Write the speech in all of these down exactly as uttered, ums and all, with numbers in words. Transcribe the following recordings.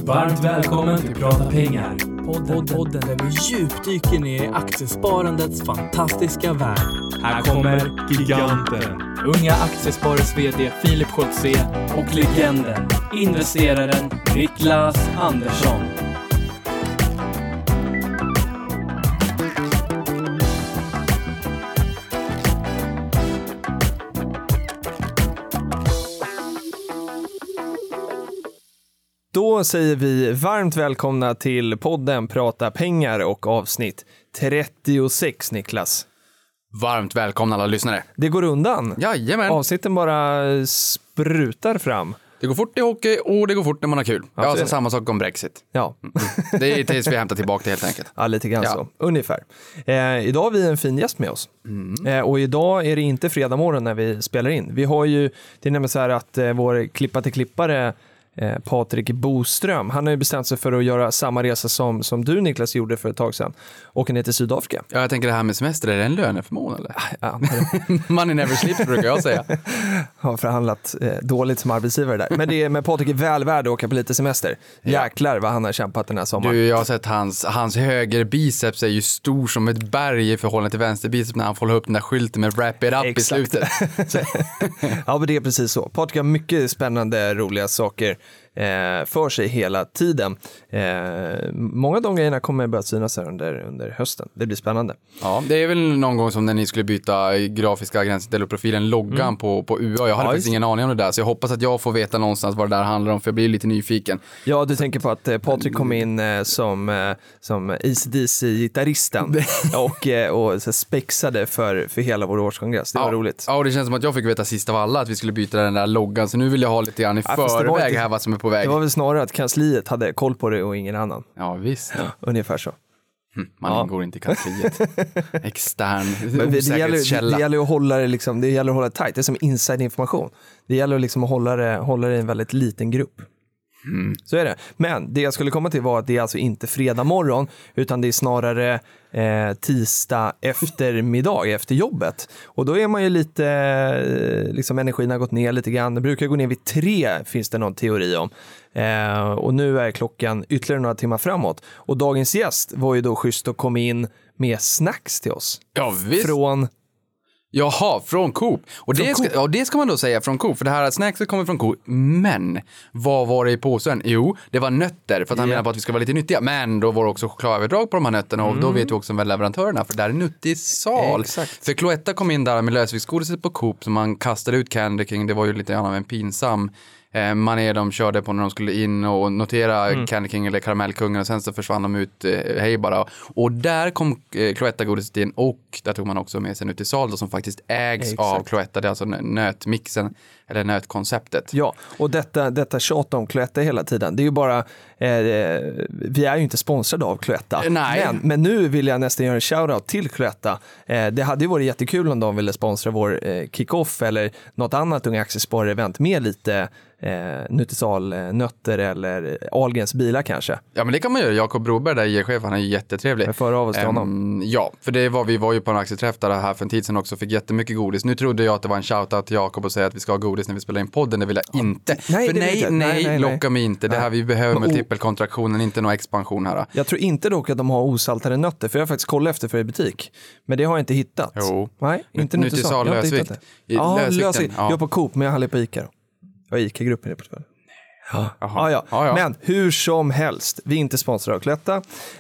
Varmt välkommen till Prata pengar. Podden, podden där vi djupdyker ner i aktiesparandets fantastiska värld. Här kommer giganten, Unga Aktiesparares vd Filip Scholtze och legenden, investeraren Niklas Andersson. Då säger vi varmt välkomna till podden Prata pengar och avsnitt trettiosex, Niklas. Varmt välkomna alla lyssnare. Det går undan. Jajamän. Avsnitten bara sprutar fram. Det går fort i hockey och det går fort när man har kul. Ja, Ja, så så är det. samma sak om Brexit. Ja. Det är tills vi hämtar tillbaka det helt enkelt. Ja, lite grann Ja. så. Ungefär. Eh, idag har vi en fin gäst med oss. Mm. Eh, och idag är det inte fredag morgon när vi spelar in. Vi har ju, det är nämligen så här att eh, vår klippa till klippare Eh, Patrik Boström, han har ju bestämt sig för att göra samma resa som, som du, Niklas, gjorde för ett tag sedan. Åker ner till Sydafrika. Ja, jag tänker det här med semester, är det en löneförmån eller? Ja, Money never sleeps brukar jag säga. har förhandlat eh, dåligt som arbetsgivare där. Men det är, med Patrik är väl värd att åka på lite semester. Jäklar vad han har kämpat den här sommaren. Du, jag har sett hans, hans höger biceps är ju stor som ett berg i förhållande till vänster biceps när han får upp den där skylten med wrap it up Exakt. i slutet. Så, Ja, men det är precis så. Patrik har mycket spännande, roliga saker eh, för sig hela tiden. Eh, många av de grejerna kommer börja synas här under, under hösten. Det blir spännande. ja, det är väl någon gång som när ni skulle byta grafiska gränsdelprofilen loggan mm. på, på U A. Jag hade Ja, faktiskt just. ingen aning om det där, så jag hoppas att jag får veta någonstans vad det där handlar om, för jag blir lite nyfiken. Ja, du tänker på att eh, Patrik kom in eh, som, eh, som A C D C-gitarristen och, eh, och så spexade för, för hela vår årskongress. Det var ja, roligt. Ja, och det känns som att jag fick veta sist av alla att vi skulle byta den där loggan, så nu vill jag ha lite grann i Ja, fast det var förväg inte- här vad som är på väg. Det var väl snarare att kansliet hade koll på det och ingen annan. Ja, visst. Ungefär så. Hm, Man Ja. ingår inte i kansliet. Extern Men det, det, gäller, osäkerhetskälla. det gäller att hålla det liksom, det gäller att hålla det tight. Det är som inside-information. Det gäller liksom att hålla det, hålla det i en väldigt liten grupp. Mm. Så är det. Men det jag skulle komma till var att det är alltså inte fredag morgon, utan det är snarare eh, tisdag eftermiddag efter jobbet. Och då är man ju lite, eh, liksom energin har gått ner lite grann. Det brukar gå ner vid tre, finns det någon teori om. Eh, och nu är klockan ytterligare några timmar framåt. Och dagens gäst var ju då schysst att komma in med snacks till oss. Ja, visst. Från... Jaha, från Coop. Och Från det, Coop. ska, ja, det ska man då säga från Coop, för det här snackset kommer från Coop. Men vad var det i påsen? Jo, det var nötter, för att han Ja. menar på att vi ska vara lite nyttiga. Men då var det också chokladöverdrag på de här nötterna, och då vet vi också väl leverantörerna, för där är Nuttisal. Exakt. För Cloetta kom in där med lösviktsgodiset på Coop, som man kastade ut Candy King. Det var ju lite grann av en pinsam eh, manér de körde på när de skulle in och notera mm. Candy King eller Karamellkungen, och sen så försvann de ut eh, hej bara. Och där kom eh, Cloetta-godiset in, och där tog man också med sig Nuttisal då, som faktiskt ägs Exakt. av Cloetta. Det är alltså nötmixen eller nötkonceptet. Ja, och detta, detta tjat om Cloetta hela tiden. Det är ju bara, eh, vi är ju inte sponsrade av Cloetta. Nej. Men, men nu vill jag nästan göra en shoutout till Cloetta. Eh, det hade ju varit jättekul om de ville sponsra vår eh, kick-off eller något annat Unga Aktiesparare-event med lite eh, Nuttisal, eh, nötter eller Ahlgrens bilar kanske. Ja, men det kan man göra. Jakob Broberg, där I R-chef, han är ju jättetrevlig. Men föra av oss till Ehm, honom. Ja, för det var, vi var ju på en aktieträff där här för en tid sedan också, fick jättemycket godis. Nu trodde jag att det var en shoutout till Jakob och säga att vi ska ha godis när vi spelar in podden. Det vill jag inte. Nej, för det nej, vill jag nej, inte. Nej, nej, nej. locka mig inte. Det här vi behöver Men med o- trippelkontraktionen, inte någon expansion här. Jag tror inte dock att de har osaltade nötter, för jag har faktiskt kollat efter för i butik. Men det har jag inte hittat. Jo. Nej, inte Nut- Nuttisal. Nuttisal Jag har inte lösvikt. hittat det. I Ja, lösvikten, lösvikt. ja. Jag är på Coop, men jag handlar på Ica då. Jag har Ica-gruppen i portföljen. Ja. Jaha. Ja, ja. Ja, ja. Men hur som helst, vi är inte sponsrade av Cloetta.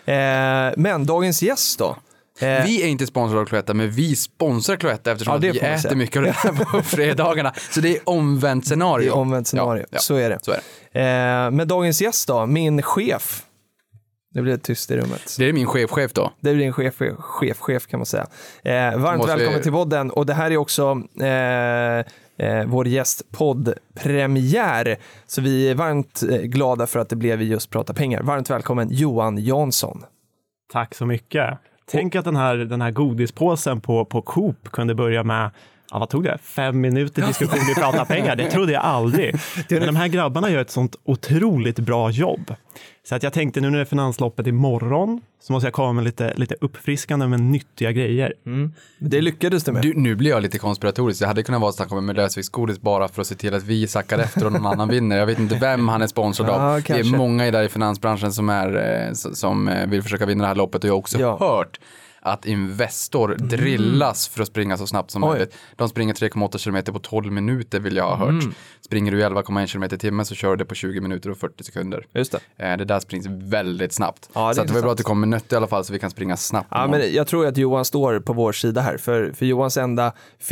Eh, men dagens gäst då? Eh, Vi är inte sponsrade av Cloetta, men vi sponsrar Cloetta eftersom Ja, att det vi får man äter säga. mycket av det här på fredagarna. Så det är omvänt scenario. det är omvänt scenario, Ja, ja. så är det. Så är det. Eh, men dagens gäst då, min chef. Det blir tyst i rummet. Det är min chefchef då. Det blir din chef, chef, chef kan man säga. Eh, varmt Måste vi- välkommen till podden. Och det här är också eh, eh, vår gäst poddpremiär. Så vi är varmt eh, glada för att det blev just Prata pengar. Varmt välkommen Johan Jansson. Tack så mycket. Tänk att den här, den här godispåsen på, på Coop kunde börja med ja, vad tog det? Fem minuter diskussion i Prata pengar. Det trodde jag aldrig. Men de här grabbarna gör ett sånt otroligt bra jobb. Så att jag tänkte nu när det är finansloppet imorgon så måste jag komma med lite, lite uppfriskande men nyttiga grejer. Mm. Det lyckades det med. Du, nu blir jag lite konspiratorisk. Jag hade kunnat vara snacka med lösviktsgodis bara för att se till att vi sackar efter och någon annan vinner. Jag vet inte vem han är sponsrad av. Ja, det är många där i finansbranschen som, är, som vill försöka vinna det här loppet och jag har också ja. hört att Investor mm. drillas för att springa så snabbt som Oj. möjligt. De springer tre komma åtta kilometer på tolv minuter vill jag ha hört. Mm. Springer du elva komma en kilometer i timmen så kör du det på tjugo minuter och fyrtio sekunder. Just det. Det där springs väldigt snabbt. Ja, det så att det var bra att du kom med nötter i alla fall så vi kan springa snabbt. Ja, men jag tror att Johan står på vår sida här. För, för Johans enda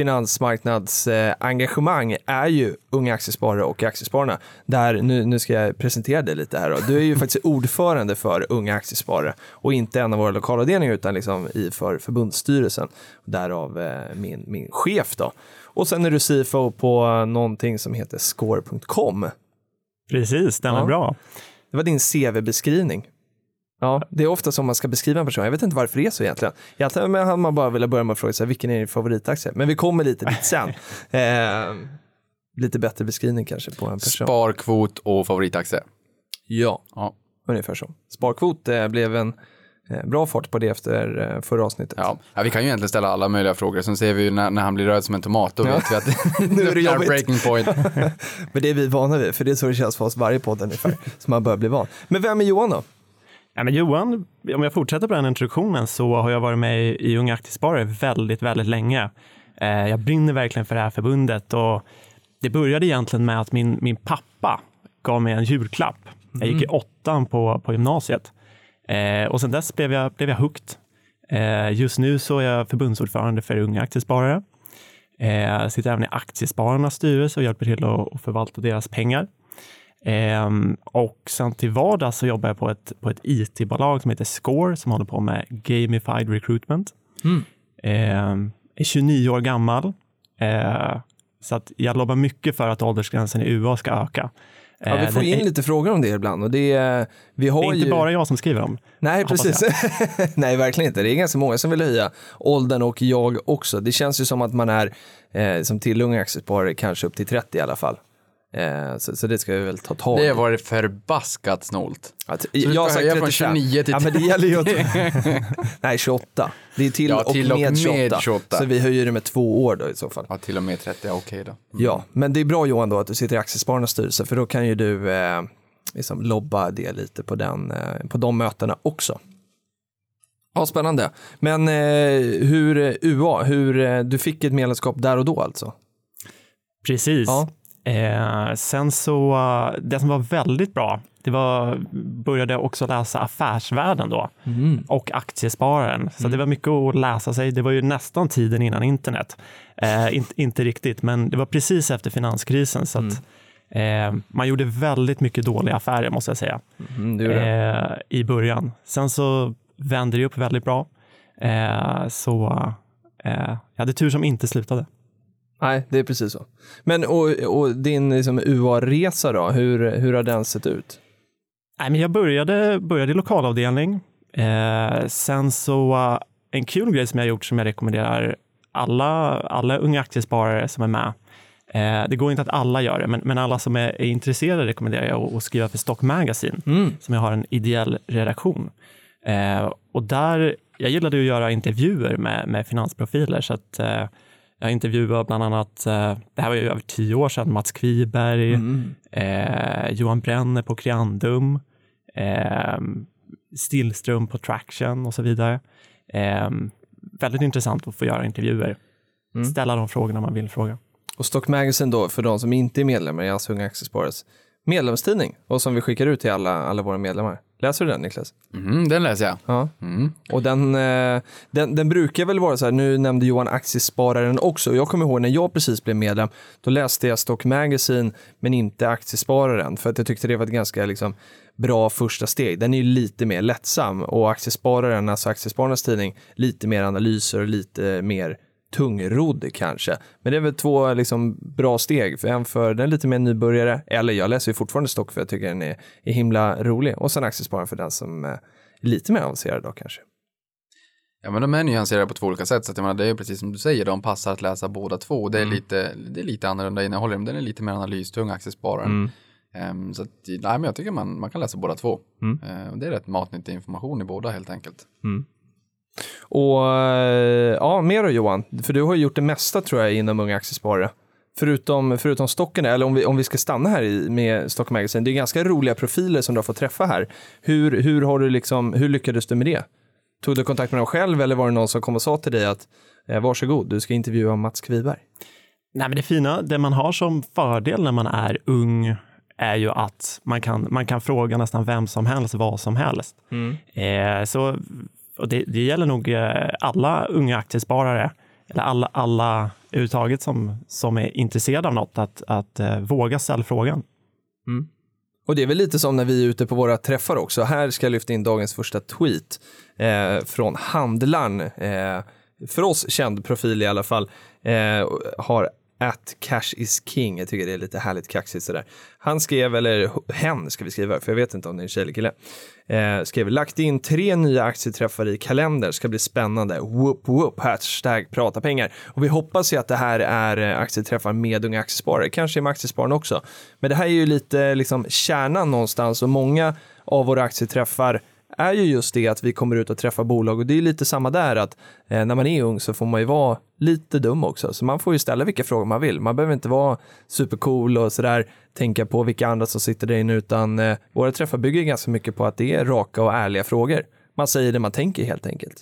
finansmarknadsengagemang eh, är ju unga aktiesparare och aktiespararna. Där, nu, nu ska jag presentera dig lite här. Då. Du är ju faktiskt ordförande för unga aktiesparare och inte en av våra lokalavdelningar utan liksom i för förbundsstyrelsen. Därav eh, min, min chef då. Och sen är du C F O på någonting som heter score punkt com. Precis, den är ja. bra. Det var din C V-beskrivning. Ja, det är ofta som man ska beskriva en person. Jag vet inte varför det är så egentligen. Egentligen hade man bara velat börja med att fråga sig, vilken är din favoritaktie? Men vi kommer lite dit sen. eh, lite bättre beskrivning kanske på en person. Sparkvot och favoritaktie. Ja, ja. ungefär så. Sparkvot eh, blev en bra fart på det efter förra avsnittet. Ja. ja, vi kan ju egentligen ställa alla möjliga frågor. Sen ser vi ju när, när han blir röd som en tomat. Då ja. vet vi att nu är det jobbigt. Breaking point. Men det är vi vana vid, för det är så det känns för oss varje podd ungefär. Så man börjar bli van. Men vem är Johan då? Ja, men Johan, om jag fortsätter på den introduktionen så har jag varit med i Unga Aktiesparare väldigt, väldigt länge. Eh, jag brinner verkligen för det här förbundet och det började egentligen med att min, min pappa gav mig en julklapp. Jag gick i åttan på, på gymnasiet. Eh, och sen dess blev jag, blev jag hooked. Eh, just nu så är jag förbundsordförande för Unga Aktiesparare. Eh, jag sitter även i Aktiespararnas styrelse och hjälper till att, att förvalta deras pengar. Eh, och sen till vardag så jobbar jag på ett, på ett I T-bolag som heter Score som håller på med gamified recruitment. Mm. Eh, är tjugonio år gammal. Eh, så att jag jobbar mycket för att åldersgränsen i U A ska öka. Ja, vi får in lite frågor om det ibland. Och det, är, vi har det är inte ju... bara jag som skriver om. Nej, precis. Nej, verkligen inte. Det är ganska många som vill höja åldern och jag också. Det känns ju som att man är eh, som till unga aktiesparare kanske upp till trettio i alla fall. Eh, så, så det ska vi väl ta tag i. Det var förbaskat snålt. Att, så jag har sagt trettiofem. tjugonio till ja, men det gäller ju att... Nej, tjugoåtta. Det är till, ja, till och med, med tjugoåtta. tjugoåtta. Så vi höjer det med två år då i så fall. Ja, till och med trettio, okej okay då. Mm. Ja, men det är bra Johan då att du sitter i Aktiespararnas styrelse för då kan ju du eh, liksom lobba det lite på, den, eh, på de mötena också. Ja, spännande. Men eh, hur U A, hur eh, du fick ett medlemskap där och då alltså? Precis. Ja. Eh, sen så, det som var väldigt bra, det var, började också läsa Affärsvärlden då mm. och Aktiespararen. Så mm. det var mycket att läsa sig. Det var ju nästan tiden innan internet. Eh, inte, inte riktigt, men det var precis efter finanskrisen så att mm. eh, man gjorde väldigt mycket dåliga affärer måste jag säga. Mm, det gjorde eh, I början. Sen så vände det upp väldigt bra. Eh, så eh, jag hade tur som inte slutade. Nej, det är precis så. Men och, och din liksom, U A-resa då, hur, hur har den sett ut? Nej, men jag började, började i lokalavdelning. Eh, sen så uh, en kul grej som jag har gjort som jag rekommenderar alla, alla unga aktiesparare som är med. Eh, det går inte att alla gör det, men, men alla som är, är intresserade rekommenderar jag att, att skriva för Stock Magazine mm. som jag har en ideell redaktion. Eh, och där, jag gillade att göra intervjuer med, med finansprofiler så att eh, jag intervjuade bland annat, det här var ju över tio år sedan, Mats Kviberg, mm. eh, Johan Brenner på Creandum, eh, Stillström på Traction och så vidare. Eh, väldigt intressant att få göra intervjuer. Mm. Ställa de frågorna man vill fråga. Och Stock Magazine då, för de som inte är medlemmar i alltså Unga Aktiesparares medlemstidning och som vi skickar ut till alla, alla våra medlemmar. Läser du den, Niklas? Mm, den läser jag. Ja. Mm. Och den, den, den brukar väl vara så här, nu nämnde Johan Aktiespararen också. Jag kommer ihåg när jag precis blev medlem, då läste jag Stock Magazine men inte Aktiespararen. För att jag tyckte det var ett ganska liksom, bra första steg. Den är ju lite mer lättsam och Aktiespararen, alltså Aktiespararnas tidning, lite mer analyser och lite mer tungrodd kanske. Men det är väl två liksom bra steg. För en för den lite mer nybörjare. Eller jag läser ju fortfarande Stock för jag tycker den är, är himla rolig. Och sen Aktiespararen för den som är lite mer avancerad då kanske. Ja, men de är nyanserade på två olika sätt. Så att jag menar, det är precis som du säger, de passar att läsa båda två. Det är, mm. lite, det är lite annorlunda innehåll, men den är lite mer analystung, aktiespararen. Mm. Um, så att, nej, men jag tycker man, man kan läsa båda två. Mm. Uh, det är rätt matnyttig information i båda helt enkelt. Mm. Och ja, mer då Johan. För du har ju gjort det mesta tror jag inom Unga Aktiesparare. Förutom, förutom Stocken, eller om vi, om vi ska stanna här i, med Stock Magazine. Det är ganska roliga profiler som du har fått träffa här. Hur, hur, har du liksom, hur lyckades du med det? Tog du kontakt med dem själv eller var det någon som kom och sa till dig att eh, varsågod, du ska intervjua Mats Kviberg? Nej, men det fina, det man har som fördel när man är ung är ju att man kan, man kan fråga nästan vem som helst, vad som helst. Mm. Eh, så, och det, det gäller nog alla unga aktiesparare, eller alla, alla uttaget som, som är intresserade av något, att, att uh, våga ställa frågan. Mm. Och det är väl lite som när vi är ute på våra träffar också. Här ska jag lyfta in dagens första tweet eh, från handlaren. Eh, för oss känd profil i alla fall. Eh, har at cash is king. Jag tycker det är lite härligt kaxigt sådär. Han skrev, eller hen ska vi skriva, för jag vet inte om det är en tjej eller kille. Eh, skrev, lagt in tre nya aktieträffar i kalender, ska bli spännande. Whoop whoop, hashtag prata pengar. Och vi hoppas ju att det här är aktieträffar med Unga Aktiesparare, kanske med Aktiespararen också. Men det här är ju lite liksom kärnan någonstans, och många av våra aktieträffar är ju just det att vi kommer ut och träffar bolag, och det är lite samma där att eh, när man är ung så får man ju vara lite dum också, så man får ju ställa vilka frågor man vill. Man behöver inte vara supercool och sådär tänka på vilka andra som sitter där inne, utan eh, våra träffar bygger ganska mycket på att det är raka och ärliga frågor. Man säger det man tänker helt enkelt.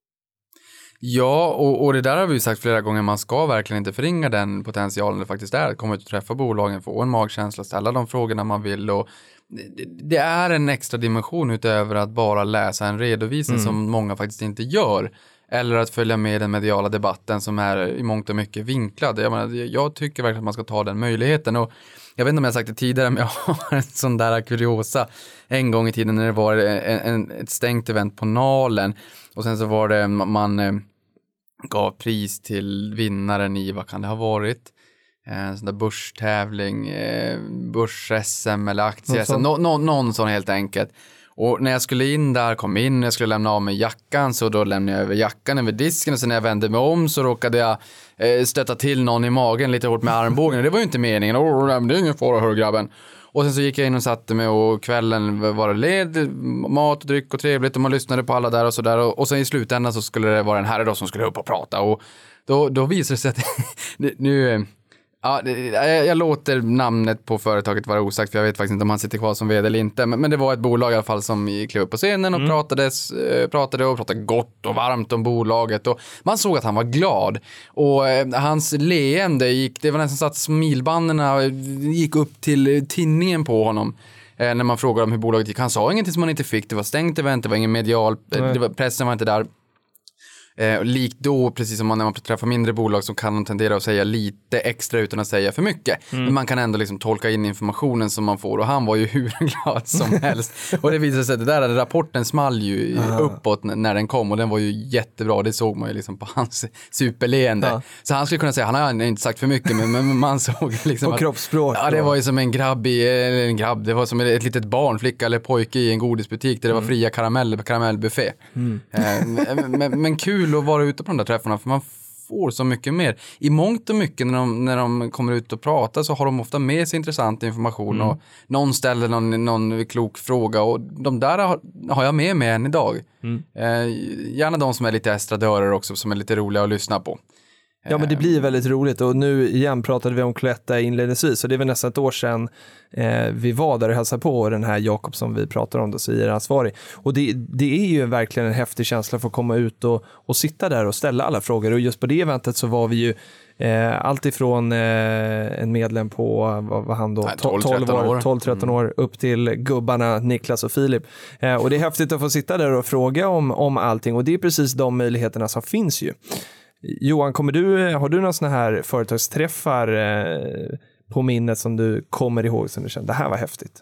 Ja, och, och det där har vi ju sagt flera gånger, man ska verkligen inte förringa den potentialen det faktiskt är att komma ut och träffa bolagen, få en magkänsla, ställa de frågorna man vill, och det, det är en extra dimension utöver att bara läsa en redovisning mm. som många faktiskt inte gör, eller att följa med i den mediala debatten som är i mångt och mycket vinklad. Jag, menar, jag tycker verkligen att man ska ta den möjligheten, och jag vet inte om jag har sagt det tidigare, men jag har en sån där kuriosa en gång i tiden när det var en, en, ett stängt event på Nalen, och sen så var det man eh, gav pris till vinnaren i, vad kan det ha varit? En sån där börstävling, eh, börs-S M eller aktie-S M, no, no, någon sån helt enkelt. Och när jag skulle in där, kom in, jag skulle lämna av mig jackan, så då lämnade jag över jackan över disken, och sen när jag vände mig om så råkade jag eh, stöta till någon i magen lite hårt med armbågen, och det var ju inte meningen. Åh, det är ingen fara, hör grabben. Och sen så gick jag in och satte mig, och kvällen var det led, mat och dryck och trevligt, och man lyssnade på alla där och så där, och, och sen i slutändan så skulle det vara en herre då som skulle upp och prata, och då, då visade det sig att nu... Ja, jag, jag låter namnet på företaget vara osagt, för jag vet faktiskt inte om han sitter kvar som vd eller inte, men, men det var ett bolag i alla fall som klev upp på scenen och mm. pratades, pratade och pratade gott och varmt om bolaget, och man såg att han var glad, och eh, hans leende gick, det var nästan så att smilbanderna gick upp till tinningen på honom eh, när man frågade om hur bolaget gick. Han sa ingenting som man inte fick, det var stängt event, det var ingen medial, eh, det var, pressen var inte där. Eh, likt då, precis som man när man träffar mindre bolag, så kan de tendera att säga lite extra utan att säga för mycket. Mm. Men man kan ändå liksom tolka in informationen som man får, och han var ju hur glad som helst. Och det visade sig att det där, rapporten small ju Aha. uppåt när den kom, och den var ju jättebra. Det såg man ju liksom på hans superleende. Ja. Så han skulle kunna säga, han har inte sagt för mycket, men, men man såg liksom att, kroppsspråk. Ja, det var ju som en grabb i, eller en grabb, det var som ett litet barn, flicka eller pojke i en godisbutik där det var fria karameller, karamellbuffé. Mm. Eh, men, men kul att vara ute på de där träffarna, för man får så mycket mer. I mångt och mycket när de, när de kommer ut och pratar, så har de ofta med sig intressant information mm. och någon ställer någon, någon klok fråga, och de där har, har jag med mig än idag. Mm. Eh, gärna de som är lite estradörer också, som är lite roliga att lyssna på. Ja, men det blir väldigt roligt, och nu igen pratade vi om Cloetta inledningsvis, så det är väl nästan ett år sedan eh, vi var där och hälsade på den här Jakob som vi pratar om, då säger ansvarig. Och det, det är ju verkligen en häftig känsla för att komma ut och, och sitta där och ställa alla frågor, och just på det eventet så var vi ju eh, allt ifrån eh, en medlem på, vad var han då? tolv tretton år, upp till gubbarna Niklas och Filip. Eh, och det är häftigt att få sitta där och fråga om, om allting, och det är precis de möjligheterna som finns ju. Johan, kommer du, har du några såna här företagsträffar eh, på minnet som du kommer ihåg som du kände, det här var häftigt?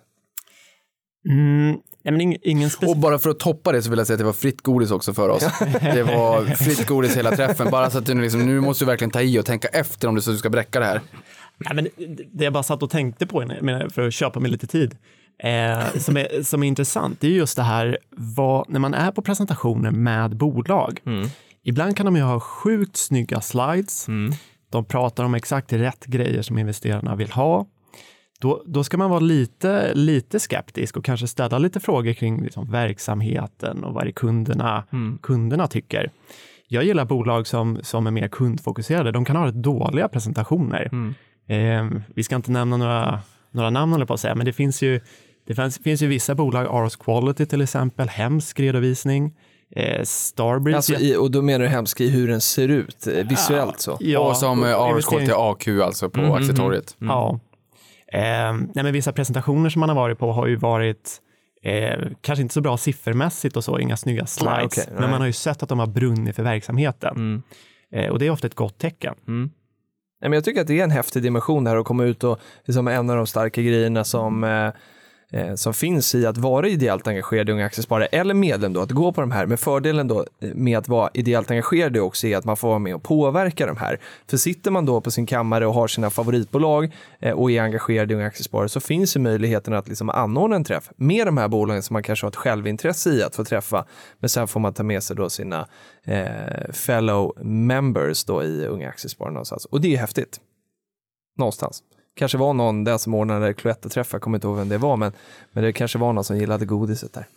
Mm, men ingen, ingen specif- och bara för att toppa det så vill jag säga att det var fritt godis också för oss. Det var fritt godis hela träffen, bara så att du liksom, nu måste du verkligen ta i och tänka efter om du så du ska bräcka det här. Nej, men det jag bara satt och tänkte på för att köpa mig lite tid, eh, som, är, som är intressant, det är just det här vad, när man är på presentationer med bolag. Mm. Ibland kan de ju ha sjukt snygga slides. Mm. De pratar om exakt rätt grejer som investerarna vill ha. Då, då ska man vara lite, lite skeptisk och kanske ställa lite frågor kring liksom, verksamheten och vad det kunderna, mm. kunderna tycker. Jag gillar bolag som, som är mer kundfokuserade. De kan ha rätt dåliga presentationer. Mm. Eh, vi ska inte nämna några, några namn eller på att säga, men det finns ju, det finns, finns ju vissa bolag, Ars Quality till exempel, hemsk redovisning. Eh, Starbreeze. Alltså i, och då menar du hemskt i hur den ser ut eh, visuellt så? Ja, och som eh, Ars Quality A Q alltså på mm, Aktietorget. Mm. Ja. Eh, nej, men vissa presentationer som man har varit på har ju varit eh, kanske inte så bra siffermässigt och så, inga snygga slides. Nej, okay, men nej. Man har ju sett att de har brunnit för verksamheten. Mm. Eh, och det är ofta ett gott tecken. Mm. Nej, men jag tycker att det är en häftig dimension här att komma ut och liksom en av de starka grejerna som eh, eh, som finns i att vara ideellt engagerad i Unga Aktiesparare eller medlem då, att gå på de här. Men fördelen då med att vara ideellt engagerad också är att man får vara med och påverka de här. För sitter man då på sin kammare och har sina favoritbolag eh, och är engagerad i Unga Aktiesparare, så finns ju möjligheten att liksom anordna en träff med de här bolagen som man kanske har ett självintresse i att få träffa. Men sen får man ta med sig då sina eh, fellow members då i Unga Aktiesparare någonstans. Och det är häftigt. Någonstans. Kanske var någon där som ordnade Cloetta-träffar, jag kommer inte ihåg vem det var, men, men det kanske var någon som gillade godiset där.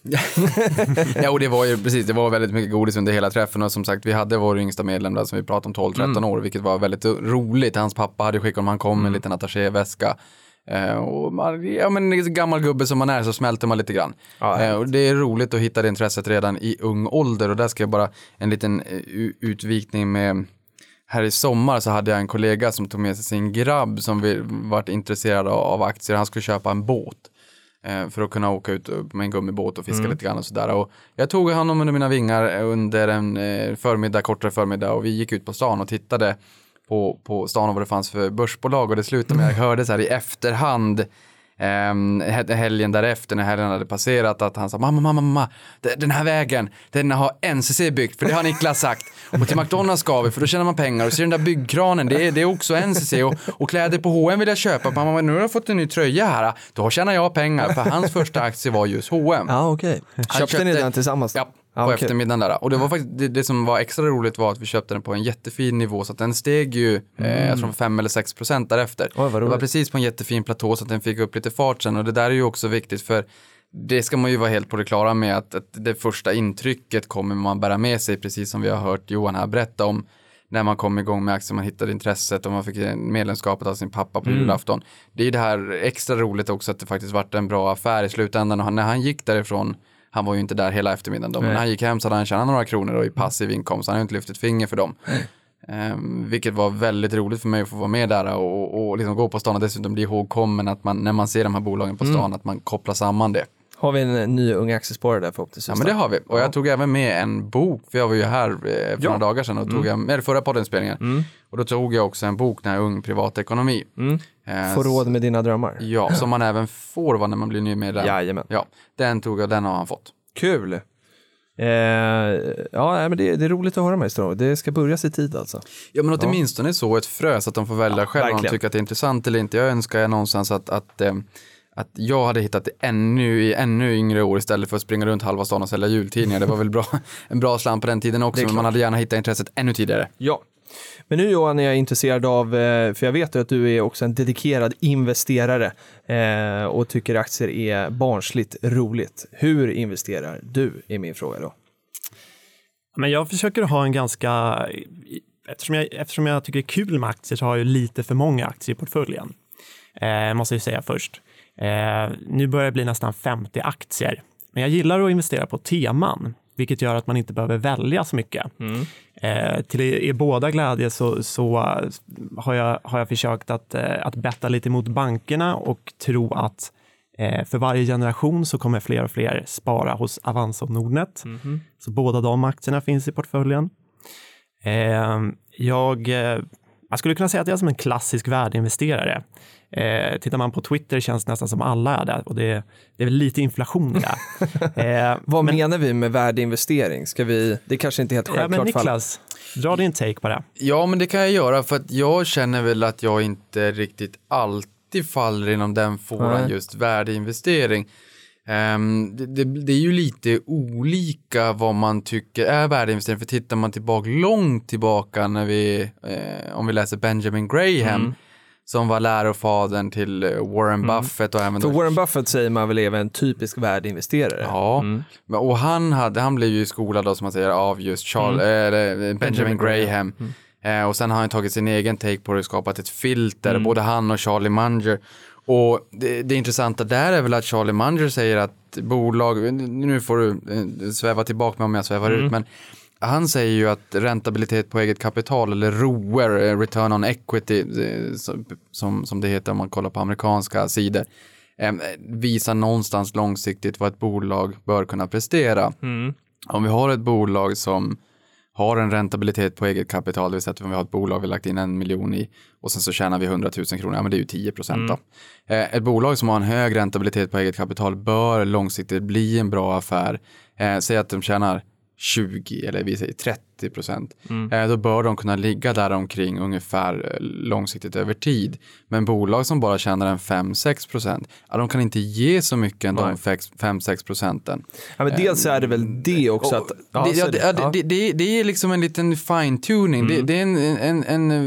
Ja, och det var ju precis, det var väldigt mycket godis under hela träffen, och som sagt, vi hade vår yngsta medlem där som vi pratade om tolv tretton mm. år, vilket var väldigt roligt. Hans pappa hade skickat om han kom med mm. en liten attachéväska. Uh, och man, ja, men en gammal gubbe som man är så smälter man lite grann. Ja, uh, och det är roligt att hitta det intresset redan i ung ålder, och där ska jag bara en liten uh, utvikning med. Här i sommar så hade jag en kollega som tog med sig sin grabb som vi varit intresserad av aktier. Han skulle köpa en båt eh, för att kunna åka ut med en gummibåt och fiska mm. lite grann och sådär. Och jag tog honom under mina vingar under en eh, förmiddag, kortare förmiddag, och vi gick ut på stan och tittade på, på stan och vad det fanns för börsbolag, och det slutade med att jag hörde så här i efterhand Um, helgen därefter när helgen hade passerat att han sa mamma, mamma, mamma, den här vägen, den har N C C byggt, för det har Niklas sagt, och till McDonalds ska vi, för då tjänar man pengar, och så den där byggkranen, det är, det är också N C C, och, och kläder på H och M vill jag köpa, mamma, nu har jag fått en ny tröja här, då tjänar jag pengar, för hans första aktie var just H och M. Ja, okej. Okay. Köpte, köpte ni den tillsammans? Ja. På ah, okay. eftermiddagen där. Och det var faktiskt det, det som var extra roligt var att vi köpte den på en jättefin nivå, så att den steg ju mm. eh, jag tror fem eller sex procent därefter. Oh, det var precis på en jättefin platå, så att den fick upp lite fart sen, och det där är ju också viktigt, för det ska man ju vara helt på det klara med att, att det första intrycket kommer man bära med sig, precis som vi har hört Johan här berätta om när man kom igång med aktier, man hittade intresset och man fick medlemskapet av sin pappa på mm. julafton. Det är det här extra roligt också, att det faktiskt varit en bra affär i slutändan, och han, när han gick därifrån. Han var ju inte där hela eftermiddagen då, men när han gick hem så hade han tjänat några kronor och i passiv inkomst. Han hade inte lyft ett finger för dem. Um, vilket var väldigt roligt för mig att få vara med där och, och liksom gå på stan och dessutom bli ihågkommen att man, när man ser de här bolagen på stan, mm. att man kopplar samman det. Har vi en ny Unga Aktiesparare där förhoppningsvis? Ja, men det har vi. Och jag ja. tog även med en bok, för jag var ju här eh, för ja. några dagar sedan och tog mm. jag med förra poddinspelningen. Mm. Och då tog jag också en bok, den här Ung privatekonomi. Mm. Eh, Få råd med dina drömmar. Ja, som man även får va, när man blir ny medlem. Jajamän. Ja, den tog jag, den har han fått. Kul! Eh, ja, men det, det är roligt att höra mig stå. Det ska börja i tid alltså. Ja, men åtminstone ja. så ett frö, så att de får välja ja, själva om de tycker att det är intressant eller inte. Jag önskar någonstans att, att, eh, att jag hade hittat det ännu i ännu yngre år istället för att springa runt halva stan och sälja jultidningar. Det var väl bra, en bra slant på den tiden också, men man hade gärna hittat intresset ännu tidigare. Ja. Men nu Johan är jag intresserad av, för jag vet att du är också en dedikerad investerare eh, och tycker aktier är barnsligt roligt. Hur investerar du, är min fråga då? Men jag försöker ha en ganska, eftersom jag, eftersom jag tycker det är kul med aktier, så har jag lite för många aktier i portföljen. Eh, måste jag säga först. Eh, nu börjar det bli nästan femtio aktier. Men jag gillar att investera på teman, vilket gör att man inte behöver välja så mycket. Mm. Eh, till er båda glädje så, så har, jag, har jag försökt att, eh, att betta lite mot bankerna och tro att eh, för varje generation så kommer fler och fler spara hos Avanza och Nordnet. Mm. Så båda de aktierna finns i portföljen. Eh, jag, eh, jag skulle kunna säga att jag är som en klassisk värdeinvesterare. Eh, tittar man på Twitter känns det nästan som alla är där, och det, det är väl lite inflation där. Eh, Vad men, menar vi med värdeinvestering? Ska vi, det kanske inte är helt självklart. Ja, men Niklas, dra din take på det. Ja, men det kan jag göra, för att jag känner väl att jag inte riktigt alltid riktigt faller inom den fåran Nej. just värdeinvestering. Um, det, det, det är ju lite olika vad man tycker är värdeinvestering. För tittar man tillbaka långt tillbaka när vi, eh, om vi läser Benjamin Graham mm. som var lärofadern till Warren Buffett. Och även För Warren Buffett säger man väl är en typisk värdeinvesterare. Ja, mm. och han, hade, han blev ju skolad då, som man säger, av just Charles, mm. äh, Benjamin, Benjamin Graham. Mm. Eh, och sen har han tagit sin egen take på det och skapat ett filter, mm. både han och Charlie Munger. Och det, det intressanta där är väl att Charlie Munger säger att bolag, nu får du sväva tillbaka med om jag svävar mm. ut, men han säger ju att räntabilitet på eget kapital, eller R O E, return on equity, som, som det heter om man kollar på amerikanska sidor, visar någonstans långsiktigt vad ett bolag bör kunna prestera. Mm. Om vi har ett bolag som har en räntabilitet på eget kapital, det vill säga att om vi har ett bolag vi lagt in en miljon i och sen så tjänar vi hundratusen kronor, ja men det är ju tio procent då. Mm. Eh, ett bolag som har en hög räntabilitet på eget kapital bör långsiktigt bli en bra affär. Eh, säg att de tjänar tjugo eller vi säger trettio procent. Mm. Eh, då bör de kunna ligga där omkring ungefär långsiktigt över tid. Men bolag som bara tjänar en fem till sex procent, ja, de kan inte ge så mycket än de fem till sex procenten. Ja, men dels är det väl det också att... Ja, det, ja, det, ja. Det, det, det är liksom en liten fine-tuning. Mm. Det, det är en, en,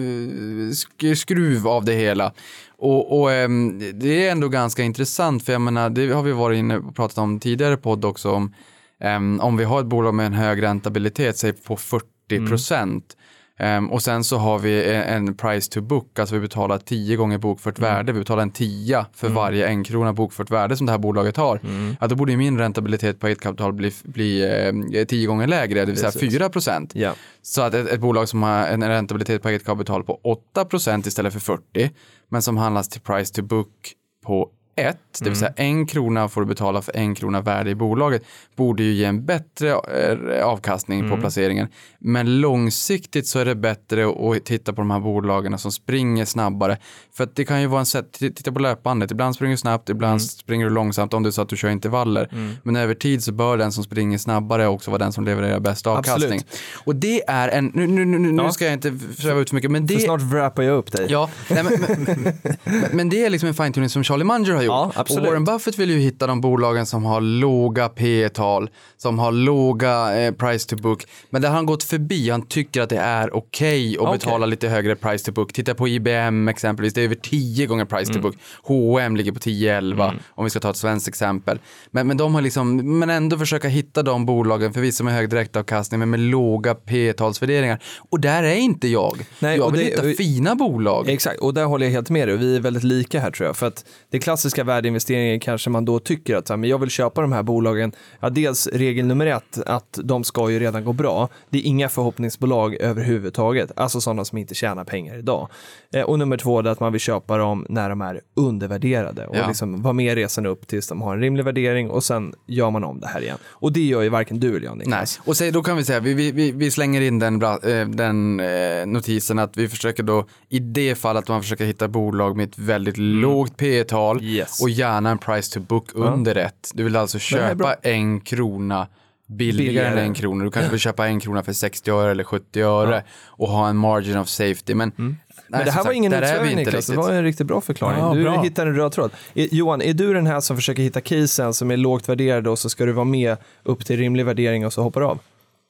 en skruv av det hela. Och, och äm, det är ändå ganska intressant, för jag menar, det har vi varit inne och pratat om tidigare podd också, om Um, om vi har ett bolag med en hög räntabilitet, säg på fyrtio procent, mm. um, och sen så har vi en, en price to book, alltså vi betalar tio gånger bokfört mm. värde, vi betalar en tia för mm. varje en krona bokfört värde som det här bolaget har, mm. ja, då borde ju min räntabilitet på ett kapital bli, bli eh, tio gånger lägre, det vill säga fyra procent. Yeah. Så att ett, ett bolag som har en rentabilitet på eget kapital på åtta procent istället för fyrtio, men som handlas till price to book på ett, det vill säga en krona får du betala för en krona värde i bolaget, borde ju ge en bättre avkastning mm. på placeringen. Men långsiktigt så är det bättre att titta på de här bolagen som springer snabbare. För att det kan ju vara en sätt, titta på löpbandet, ibland springer du snabbt, ibland mm. springer du långsamt om du så att du kör intervaller. Mm. Men över tid så bör den som springer snabbare också vara den som levererar bäst avkastning. Absolut. Och det är en, nu, nu, nu, nu ja. ska jag inte försöka ut för mycket, men det... För snart wrappar jag upp dig. Ja, nej, men, men, men, men det är liksom en fine-tuning som Charlie Munger har gjort. Ja, och Warren Buffett vill ju hitta de bolagen som har låga P E-tal, som har låga eh, price to book. Men där har han gått förbi, han tycker att det är okej okay att okay. betala lite högre price to book. Titta på I B M exempelvis, det är över tio gånger price mm. to book. H och M ligger på tio elva mm. om vi ska ta ett svenskt exempel. Men, men de har liksom, men ändå försöka hitta de bolagen, förvisso med hög direktavkastning men med låga P E-talsvärderingar. Och där är inte jag. Nej, jag vill det, hitta och, fina bolag. Exakt, och där håller jag helt med dig. Vi är väldigt lika här tror jag. För att det klassiska värdeinvesteringen kanske man då tycker att men jag vill köpa de här bolagen. Ja, dels regel nummer ett, att de ska ju redan gå bra. Det är inga förhoppningsbolag överhuvudtaget. Alltså sådana som inte tjänar pengar idag. Eh, och nummer två är att man vill köpa dem när de är undervärderade. Och ja. liksom vara med resan upp tills de har en rimlig värdering och sen gör man om det här igen. Och det gör ju varken du eller jag, Niklas. Nej, och så, då kan vi säga, vi, vi, vi slänger in den, den eh, notisen att vi försöker då, i det fallet att man försöker hitta bolag med ett väldigt mm. lågt P E-tal yes. och gärna en price to book ja. under ett. Du vill alltså köpa en krona billigare, billigare än en krona. Du kanske vill köpa en krona för sextio öre eller sjuttio öre ja. och ha en margin of safety. Men, mm. nej, men det här var sagt, ingen utsvävning, Niklas. Det var en riktigt bra förklaring. Ja, du bra. hittar en röd tråd. Johan, är du den här som försöker hitta casen som är lågt värderade och så ska du vara med upp till rimlig värdering och så hoppar av?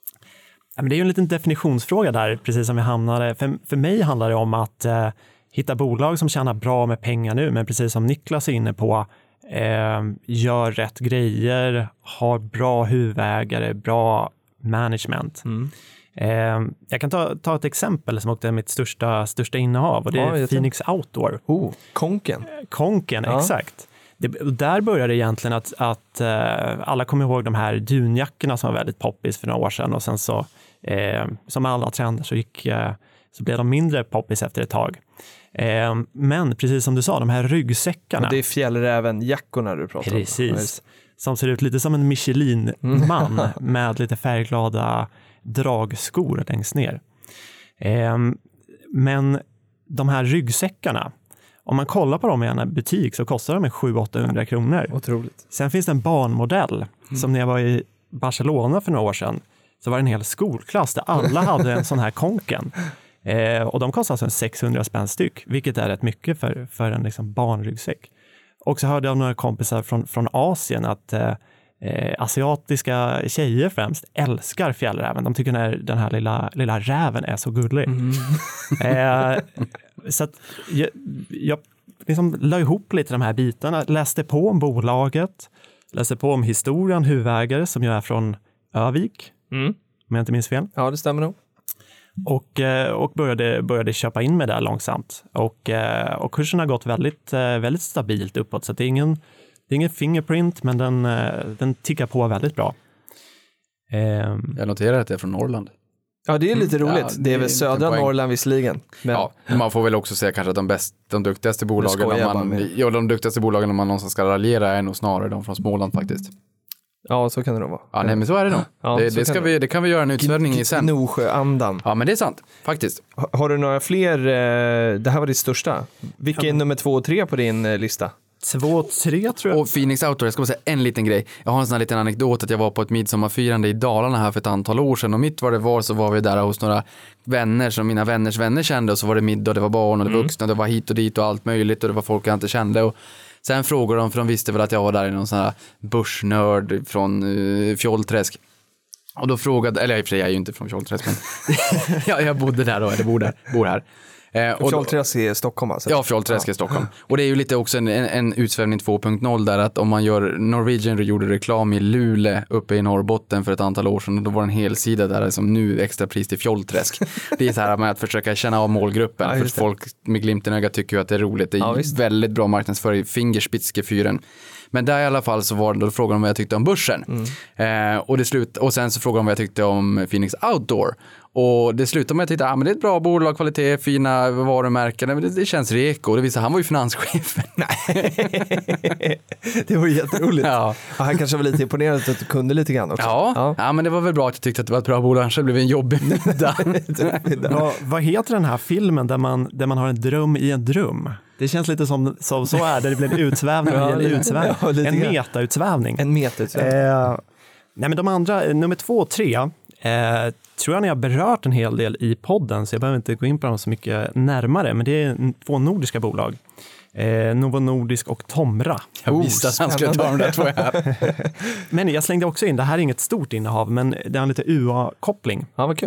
Ja, men det är ju en liten definitionsfråga där, precis som vi hamnade. För, för mig handlar det om att eh, hitta bolag som tjänar bra med pengar nu, men precis som Niklas är inne på, eh, gör rätt grejer, har bra huvudägare, bra management. Mm. Eh, jag kan ta, ta ett exempel som också är mitt största, största innehav, och det är ja, Phoenix Outdoor. Oh, Konken. Konken, ja. Exakt. Det, där började det egentligen att, att uh, alla kommer ihåg de här dunjackorna som var väldigt poppis för några år sedan, och sen så uh, som alla trender så, gick, uh, så blev de mindre poppis efter ett tag. Uh, men precis som du sa, de här ryggsäckarna. Och det är fjällräven-jackorna du pratar om. Precis, som ser ut lite som en Michelin-man med lite färgglada dragskor längst ner. Uh, men de här ryggsäckarna, om man kollar på dem i en butik så kostar de sju till åttahundra kronor. Otroligt. Sen finns det en barnmodell mm. som när jag var i Barcelona för några år sedan, så var det en hel skolklass där alla hade en sån här Konken. Eh, och de kostar alltså en sexhundra spänn styck, vilket är rätt mycket för, för en liksom barnryggsäck. Och så hörde jag av några kompisar från, från Asien att eh, eh, asiatiska tjejer främst älskar fjällräven. De tycker den här, den här lilla, lilla räven är så gullig. Mm. eh, så att jag, jag liksom la ihop lite de här bitarna, läste på om bolaget, läste på om historien, huvudägare som ju är från Övik, mm. om jag inte minns fel. Ja, det stämmer nog. Och, och började, började köpa in med det långsamt. Och, och kursen har gått väldigt, väldigt stabilt uppåt. Så det är ingen, det är ingen fingerprint, men den, den tickar på väldigt bra. Jag noterar att det är från Norrland. Ja, det är lite roligt. Ja, det, det är väl södra Norrland visserligen. Men... Ja, man får väl också säga kanske att de, bäst, de duktigaste bolagen om man, ja, de duktigaste bolagen om man någonstans ska raljera är nog snarare de från Småland faktiskt. Ja, så kan det nog vara. Ja, nej, men så är det nog. Ja, det, det, ska vi, det kan vi göra en utsvävning i sen. Gnosjöandan. Ja, men det är sant, faktiskt. Har, har du några fler? Eh, det här var ditt största. Vilka är ja. nummer två och tre på din eh, lista? Två och tre tror jag. Och Phoenix Outdoor, jag ska bara säga en liten grej. Jag har en sån här liten anekdot att jag var på ett midsommarfirande i Dalarna här för ett antal år sedan. Och mitt vad det var så var vi där hos några vänner som mina vänners vänner kände. Och så var det middag och det var barn och det var mm. vuxna. Och det var hit och dit och allt möjligt. Och det var folk jag inte kände. Och sen frågade de, för de visste väl att jag var där i någon sån här börsnörd från uh, Fjollträsk. Och då frågade, eller i och för sig jag är ju inte från Fjollträsk, men ja, jag bodde där då, eller bor där, bor här. Eh, Fjollträsk i Stockholm alltså? Ja, Fjollträsk i ja. Stockholm. Och det är ju lite också en, en, en utsvävning två punkt noll där att om man gör, Norwegian gjorde reklam i Luleå uppe i Norrbotten för ett antal år sedan och då var en hel sida där som nu extra pris till Fjollträsk. Det är så här med att försöka känna av målgruppen ja, för att folk med glimten i ögat tycker ju att det är roligt. Det är ja, väldigt bra marknadsföring, Fingerspitzgefühlen. Men där i alla fall så var det då frågan om vad jag tyckte om börsen. Mm. Eh, och, det slut, och sen så frågade de vad jag tyckte om Phoenix Outdoor. Och det slutade med att jag tittade, ah, men det är ett bra bolag, kvalitet, fina varumärken. Men det, det känns reko. Och det visade, han var ju finanschefen. Det var jätteroligt. Ja. Och han kanske var lite imponerad att du kunde lite grann också. Ja. Ja. ja, men det var väl bra att jag tyckte att det var ett bra bolag. Annars blev det en jobbig middag. vad, vad heter den här filmen där man, där man har en dröm i en dröm? Det känns lite som, som så är, där det blir en utsvävning ja, i en utsvävning. Ja, en metautsvävning. En metautsvävning. Eh, nej, men de andra, nummer två och tre, eh, tror jag ni har berört en hel del i podden, så jag behöver inte gå in på dem så mycket närmare, men det är två nordiska bolag. Eh, Novo Nordisk och Tomra. Jag visste att han skulle ta dem där två här. Men jag slängde också in, det här är inget stort innehav, men det har en lite U A-koppling. Ja, vad kul.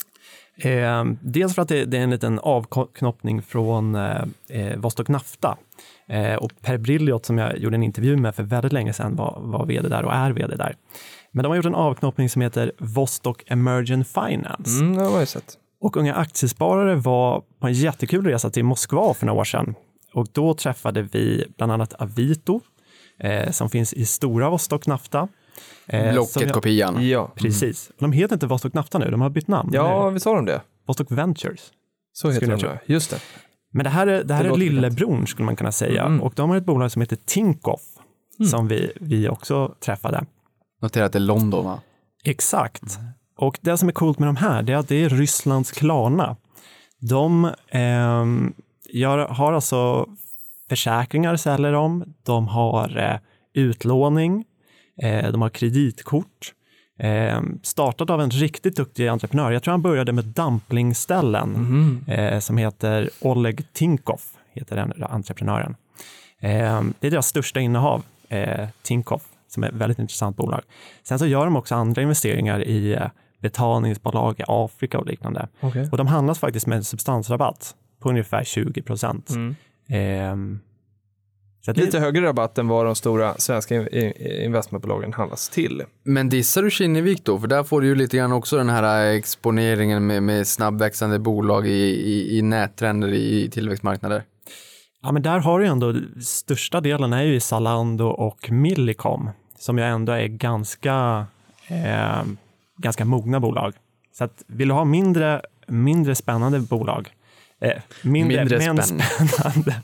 Eh, dels för att det, det är en liten avknoppning från eh, Vostok Nafta. Eh, och Per Brilliot som jag gjorde en intervju med för väldigt länge sedan var, var vd där och är vd där. Men de har gjort en avknoppning som heter Vostok Emergent Finance. Mm, det har jag sett. Och Unga Aktiesparare var på en jättekul resa till Moskva för några år sedan. Och då träffade vi bland annat Avito eh, som finns i stora Vostok Nafta. Eh, Blocket-kopian. Ja. Precis. De heter inte Vostok Nafta nu, de har bytt namn. Ja, vi sa de det. Vostok Ventures. Så heter de det, just det. Men det här är, det här det är lillebror skulle man kunna säga. Mm. Och de har ett bolag som heter Tinkoff mm. som vi, vi också träffade. Notera att det är London, va? Exakt. Mm. Och det som är coolt med de här, det är att det är Rysslands Klarna. De eh, gör, har alltså försäkringar, säljer de. De har eh, utlåning. Eh, de har kreditkort. Eh, startat av en riktigt duktig entreprenör. Jag tror han började med dumplingställen mm. eh, som heter Oleg Tinkoff, heter den entreprenören. Eh, det är deras största innehav, eh, Tinkoff, som är ett väldigt intressant bolag. Sen så gör de också andra investeringar i eh, betalningsbolag i Afrika och liknande. Okay. Och de handlas faktiskt med en substansrabatt på ungefär tjugo procent. Mm. Eh, Så det... Lite högre rabatt än vad de stora svenska investmentbolagen handlas till. Men dissar du Kinnevik då? För där får du ju lite grann också den här exponeringen med, med snabbväxande bolag i, i, i nättrender i tillväxtmarknader. Ja, men där har du ändå, största delen är ju i Zalando och Millicom som ju ändå är ganska, eh, ganska mogna bolag. Så att vill du ha mindre, mindre spännande bolag, eh, mindre, mindre men spännande, spännande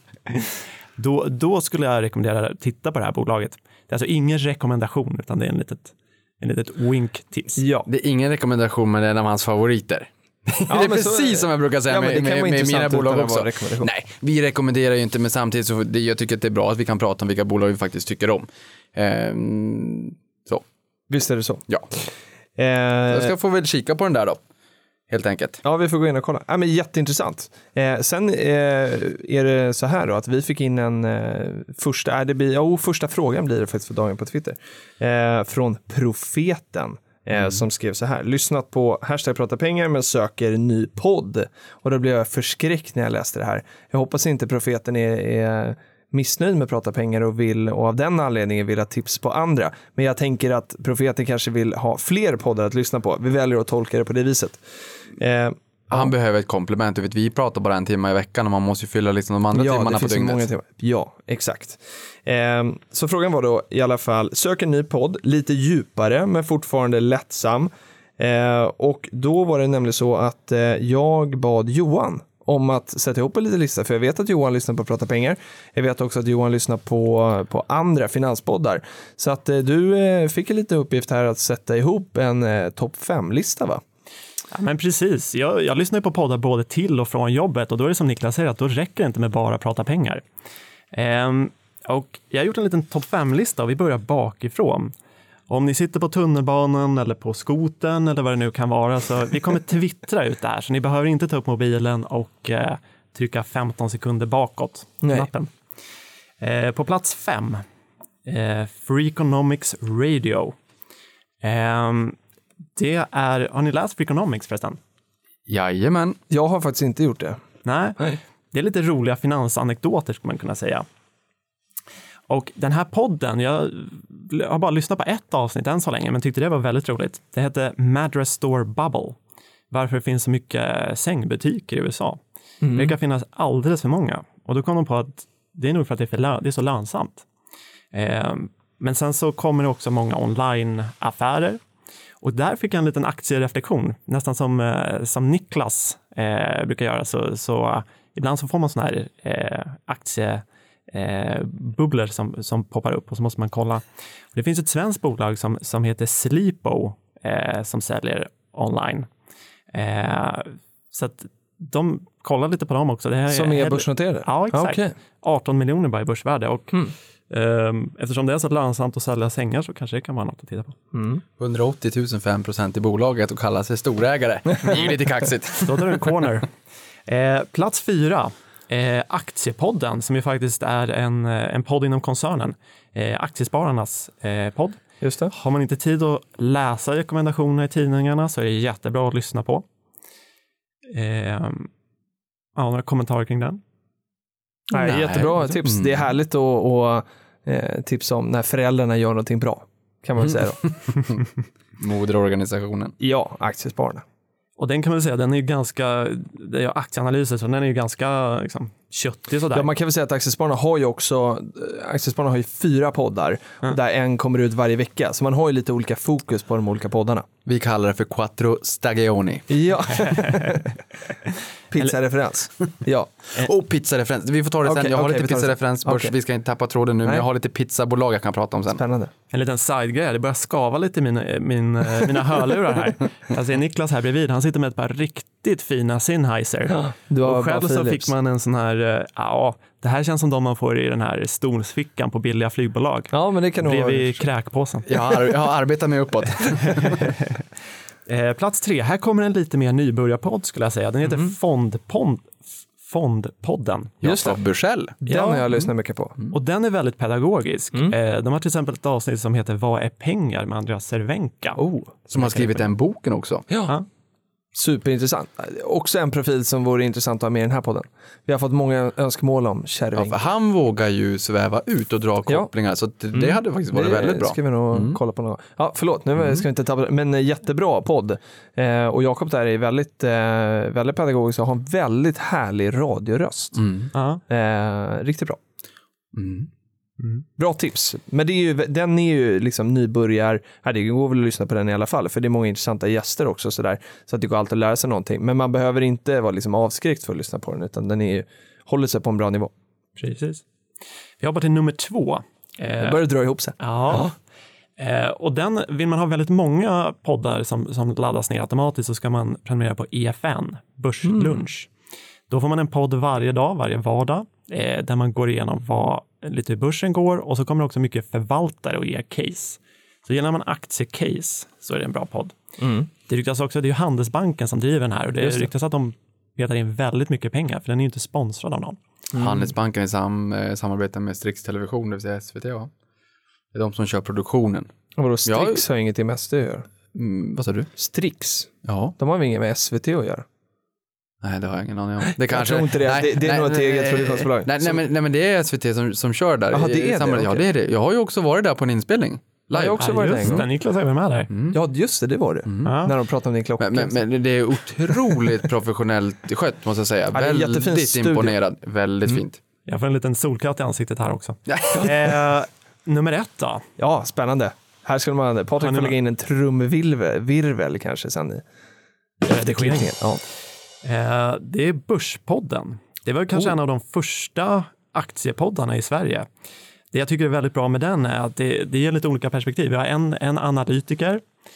Då, då skulle jag rekommendera att titta på det här bolaget. Det är alltså ingen rekommendation utan det är en litet, en litet wink-tips. Ja, det är ingen rekommendation men det är en av hans favoriter. Ja, det är precis så, som jag brukar säga ja, med, med, med mina bolag också. Nej, vi rekommenderar ju inte men samtidigt så det, jag tycker att det är bra att vi kan prata om vilka bolag vi faktiskt tycker om. Ehm, så. Visst är det så. Ja. Eh, jag ska få väl kika på den där då. helt enkelt. Ja, vi får gå in och kolla. Ja, men jätteintressant. Eh, sen eh, är det så här då att vi fick in en eh, första, äh, det blir, oh, första frågan blir det faktiskt för dagen på Twitter. Eh, från Profeten. Eh, mm. Som skrev så här: lyssnat på hashtag prata pengar men söker ny podd. Och då blev jag förskräckt när jag läste det här. Jag hoppas inte Profeten är, är missnöjd med prata pengar och vill och av den anledningen vill ha tips på andra. Men jag tänker att Profeten kanske vill ha fler poddar att lyssna på. Vi väljer att tolka det på det viset. Eh, Han ja. behöver ett komplement. Du vet, vi pratar bara en timme i veckan och man måste ju fylla liksom de andra ja, timmarna på dygnet. Många timmar. Ja, exakt. Eh, så frågan var då i alla fall, sök en ny podd, lite djupare men fortfarande lättsam. Eh, och då var det nämligen så att eh, jag bad Johan om att sätta ihop en liten lista, för jag vet att Johan lyssnar på Prata pengar. Jag vet också att Johan lyssnar på, på andra finanspoddar. Så att eh, du eh, fick en liten uppgift här att sätta ihop en eh, topp fem-lista, va? Ja, men precis. Jag, jag lyssnar ju på poddar både till och från jobbet och då är det som Niklas säger att då räcker det inte med bara prata pengar. Ehm, och jag har gjort en liten topp fem-lista och vi börjar bakifrån. Om ni sitter på tunnelbanan eller på skoten eller vad det nu kan vara, så vi kommer twittra ut det här, så ni behöver inte ta upp mobilen och eh, trycka femton sekunder bakåt. Knappen. Eh, på plats fem, eh, Freakonomics Radio. Eh, det är, har ni läst Freakonomics förresten? Jajamän. Jag har faktiskt inte gjort det. Nej, Nej. Det är lite roliga finansanekdoter skulle man kunna säga. Och den här podden, jag har bara lyssnat på ett avsnitt än så länge men tyckte det var väldigt roligt. Det heter Madras Store Bubble. Varför det finns så mycket sängbutiker i U S A. Mm. Det kan finnas alldeles för många. Och då kom de på att det är nog för att det är, för lö- det är så lönsamt. Eh, men sen så kommer det också många online-affärer. Och där fick jag en liten aktiereflektion. Nästan som, eh, som Niklas eh, brukar göra. Så, så ibland så får man sån här eh, aktie... Eh, bubblor som, som poppar upp och så måste man kolla. Det finns ett svenskt bolag som, som heter Sleepo eh, som säljer online. Eh, så att de kollar lite på dem också. Det här som är är börsnoterade? Ja, exakt. Okay. arton miljoner bara i börsvärde. Och, mm. eh, eftersom det är så lönsamt att sälja sängar så kanske det kan vara något att titta på. Mm. hundraåttio tusen fem procent i bolaget och kallar sig storägare. Det är ju lite kaxigt. Då tar du en corner. Eh, plats fyra. Eh, Aktiepodden, som ju faktiskt är en, en podd inom koncernen. Eh, Aktiespararnas eh, podd. Just det. Har man inte tid att läsa rekommendationer i tidningarna så är det jättebra att lyssna på. Eh, ja, några kommentarer kring den? Nej, Nej. Jättebra tips. Mm. Det är härligt att, att eh, tipsa om när föräldrarna gör någonting bra. Kan man väl säga då. Moderorganisationen. Ja, Aktiespararna. Och den kan man väl säga, den är ju ganska, det är aktieanalyser så den är ju ganska liksom, köttig sådär. Ja, man kan väl säga att Aktiespararna har ju också, Aktiespararna har ju fyra poddar mm. där en kommer ut varje vecka. Så man har ju lite olika fokus på de olika poddarna. Vi kallar det för Quattro Stagioni. Ja. Pizzareferens. Ja. Och pizzareferens. Vi får ta det sen. Okay, jag har okay, lite pizzareferens. Okay. Vi ska inte tappa tråden nu, Nej. men jag har lite pizzabolag jag kan prata om sen. Spännande. En liten sidegrej. Det börjar skava lite i mina, min, mina hörlurar här. Jag ser Niklas här bredvid. Han sitter med ett par riktigt fina Sennheiser. Ja, du har och själv så fick man en sån här, ja, det här känns som de man får i den här stolsfickan på billiga flygbolag. Ja, men det kan nog vara. Bredvid kräkpåsen. Jag har, jag har arbetat mig uppåt. Eh, plats tre, här kommer en lite mer nybörjarpodd skulle jag säga. Den heter mm. Fondpod, Fondpodden. Just det, Börsell. Den ja. har jag lyssnat mycket på. Mm. Och den är väldigt pedagogisk. Mm. Eh, de har till exempel ett avsnitt som heter Vad är pengar med Andreas Cervenka. Oh, som har skrivit den boken också. Ja. ja. Superintressant. Också en profil som vore intressant att ha med i den här podden. Vi har fått många önskemål om Cervenka. Ja, för han vågar ju sväva ut och dra kopplingar. Ja. Så det, det mm. hade faktiskt varit det väldigt bra. Det ska vi nog mm. kolla på något. Ja, förlåt, nu mm. ska vi inte tappa men jättebra podd. Eh, och Jakob där är väldigt, eh, väldigt pedagogisk och har en väldigt härlig radioröst. Mm. Eh, riktigt bra. Mm. Mm. Bra tips. Men det är ju, den är ju liksom nybörjar. Här, det går väl att lyssna på den i alla fall. För det är många intressanta gäster också. Så, där, så att det går alltid att lära sig någonting. Men man behöver inte vara liksom avskräckt för att lyssna på den. Utan den är ju, håller sig på en bra nivå. Precis. Vi hoppar till nummer två. Det börjar dra ihop sig. Ja. ja. Eh, och den, vill man ha väldigt många poddar som, som laddas ner automatiskt så ska man prenumerera på E F N, Börslunch. Mm. Då får man en podd varje dag, varje vardag. Eh, där man går igenom vad lite hur börsen går och så kommer det också mycket förvaltare och ger case. Så gillar man aktiecase så är det en bra podd. Mm. Det ryktas också, det är ju Handelsbanken som driver den här och det, Just det. ryktas att de petar in väldigt mycket pengar för den är ju inte sponsrad av någon. Mm. Handelsbanken är sam, eh, samarbetar med Strix Television, det vill säga S V T. Va? Det är de som kör produktionen. Och vadå, Strix Ja. har inget med S V T att göra. Mm, vad sa du? Strix? Ja. De har väl inget med S V T att göra? Nej, det har jag ingen aning om. Det kanske, tror inte det. Nej, Det- det är nej, nog ett nej, eget nej, produktionsbolag. Nej, nej, men, nej, men det är S V T som, som kör där. Jaha, det är det, Samma- Ja, okej. det är det. Jag har ju också varit där på en inspelning. Jag har Live. också Ja, varit där en just gång. det, Niklas är väl med där. Mm. Ja, just det, det var det. Ja. När de pratade om din klocka. Men, men, men det är otroligt professionellt skött, måste jag säga. Ja, det är en jättefin Väldigt studio. imponerad. Väldigt Mm. fint. Jag får en liten solkatt i ansiktet här också. eh, nummer ett då. Ja, spännande. Här skulle man, Patrik Ja, får nu- lägga in en trumvirvel virvel kanske sen i redigeringen. Ja. Eh, det är Börspodden. Det var kanske Oh. en av de första aktiepoddarna i Sverige. Det jag tycker är väldigt bra med den är att det, det ger lite olika perspektiv. Vi har en, en analytiker,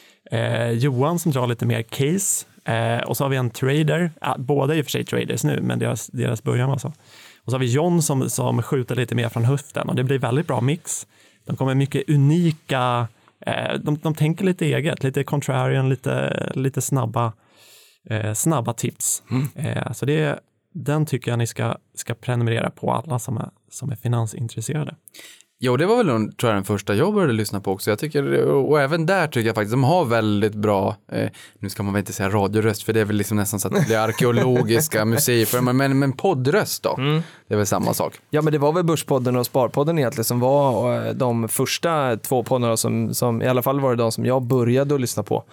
eh, Johan som drar lite mer case eh, och så har vi en trader. Ja, båda är i och för sig traders nu, men deras, deras början var så. Och så har vi John som, som skjuter lite mer från höften och det blir väldigt bra mix. De kommer mycket unika, eh, de, de tänker lite eget, lite contrarian, lite, lite snabba Eh, snabba tips. Mm. Eh, så det, den tycker jag ni ska, ska prenumerera på, alla som är, som är finansintresserade. Jo, det var väl tror jag, den första jag började lyssna på också. Jag tycker, och även där tycker jag faktiskt de har väldigt bra, eh, nu ska man väl inte säga radioröst för det är väl liksom nästan så att det blir arkeologiska museer, men, men, men poddröst då, Mm. det är väl samma sak. Ja, men det var väl Börspodden och Sparpodden egentligen som var eh, de första två poddarna som, som i alla fall var det de som jag började att lyssna på.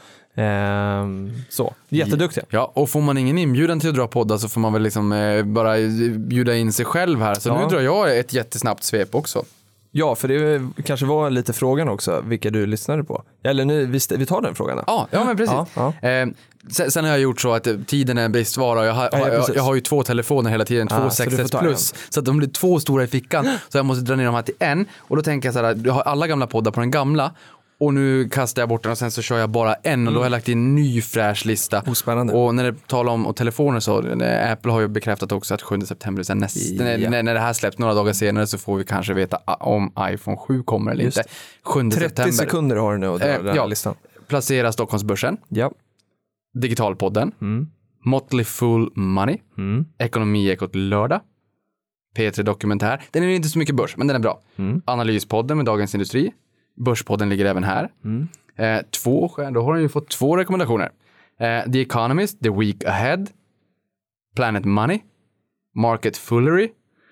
Ehm, så, jätteduktiga. Ja, och får man ingen inbjudan till att dra poddar så får man väl liksom eh, bara bjuda in sig själv här. Så Ja. nu drar jag ett jättesnabbt svep också. Ja, för det kanske var lite frågan också, vilka du lyssnade på. Eller nu, vi, vi tar den frågan då. Ja, ja men precis. Ja, ja. Eh, sen, sen har jag gjort så att eh, tiden är en bristvara. Jag har, Ja, ja, jag, precis. jag har ju två telefoner hela tiden, två Ah, så du får sex S ta plus. Så att de blir två stora i fickan. Så jag måste dra ner dem här till en. Och då tänker jag så här, jag har alla gamla poddar på den gamla. Och nu kastar jag bort den och sen så kör jag bara en och då har jag lagt in en ny fräsch lista. Oh, spännande. Och när det talar om och telefoner så, eh, Apple har ju bekräftat också att sjunde september, sen näst, Ja. när, när, när det här släpps några dagar senare så får vi kanske veta ah, om iPhone sju kommer eller Just inte. sjunde trettio september sekunder har du nu att dra Eh, den här ja. listan. Placera Stockholmsbörsen, Ja. Digitalpodden, Mm. Motley Fool Money, Mm. Ekonomiekot lördag, P tre Dokumentär. Den är inte så mycket börs, men den är bra. Mm. Analyspodden med Dagens Industri. Börspodden ligger även här. Mm. Eh, två stjärnor, då har den ju fått två rekommendationer. Eh, The Economist, The Week Ahead, Planet Money, Market Foolery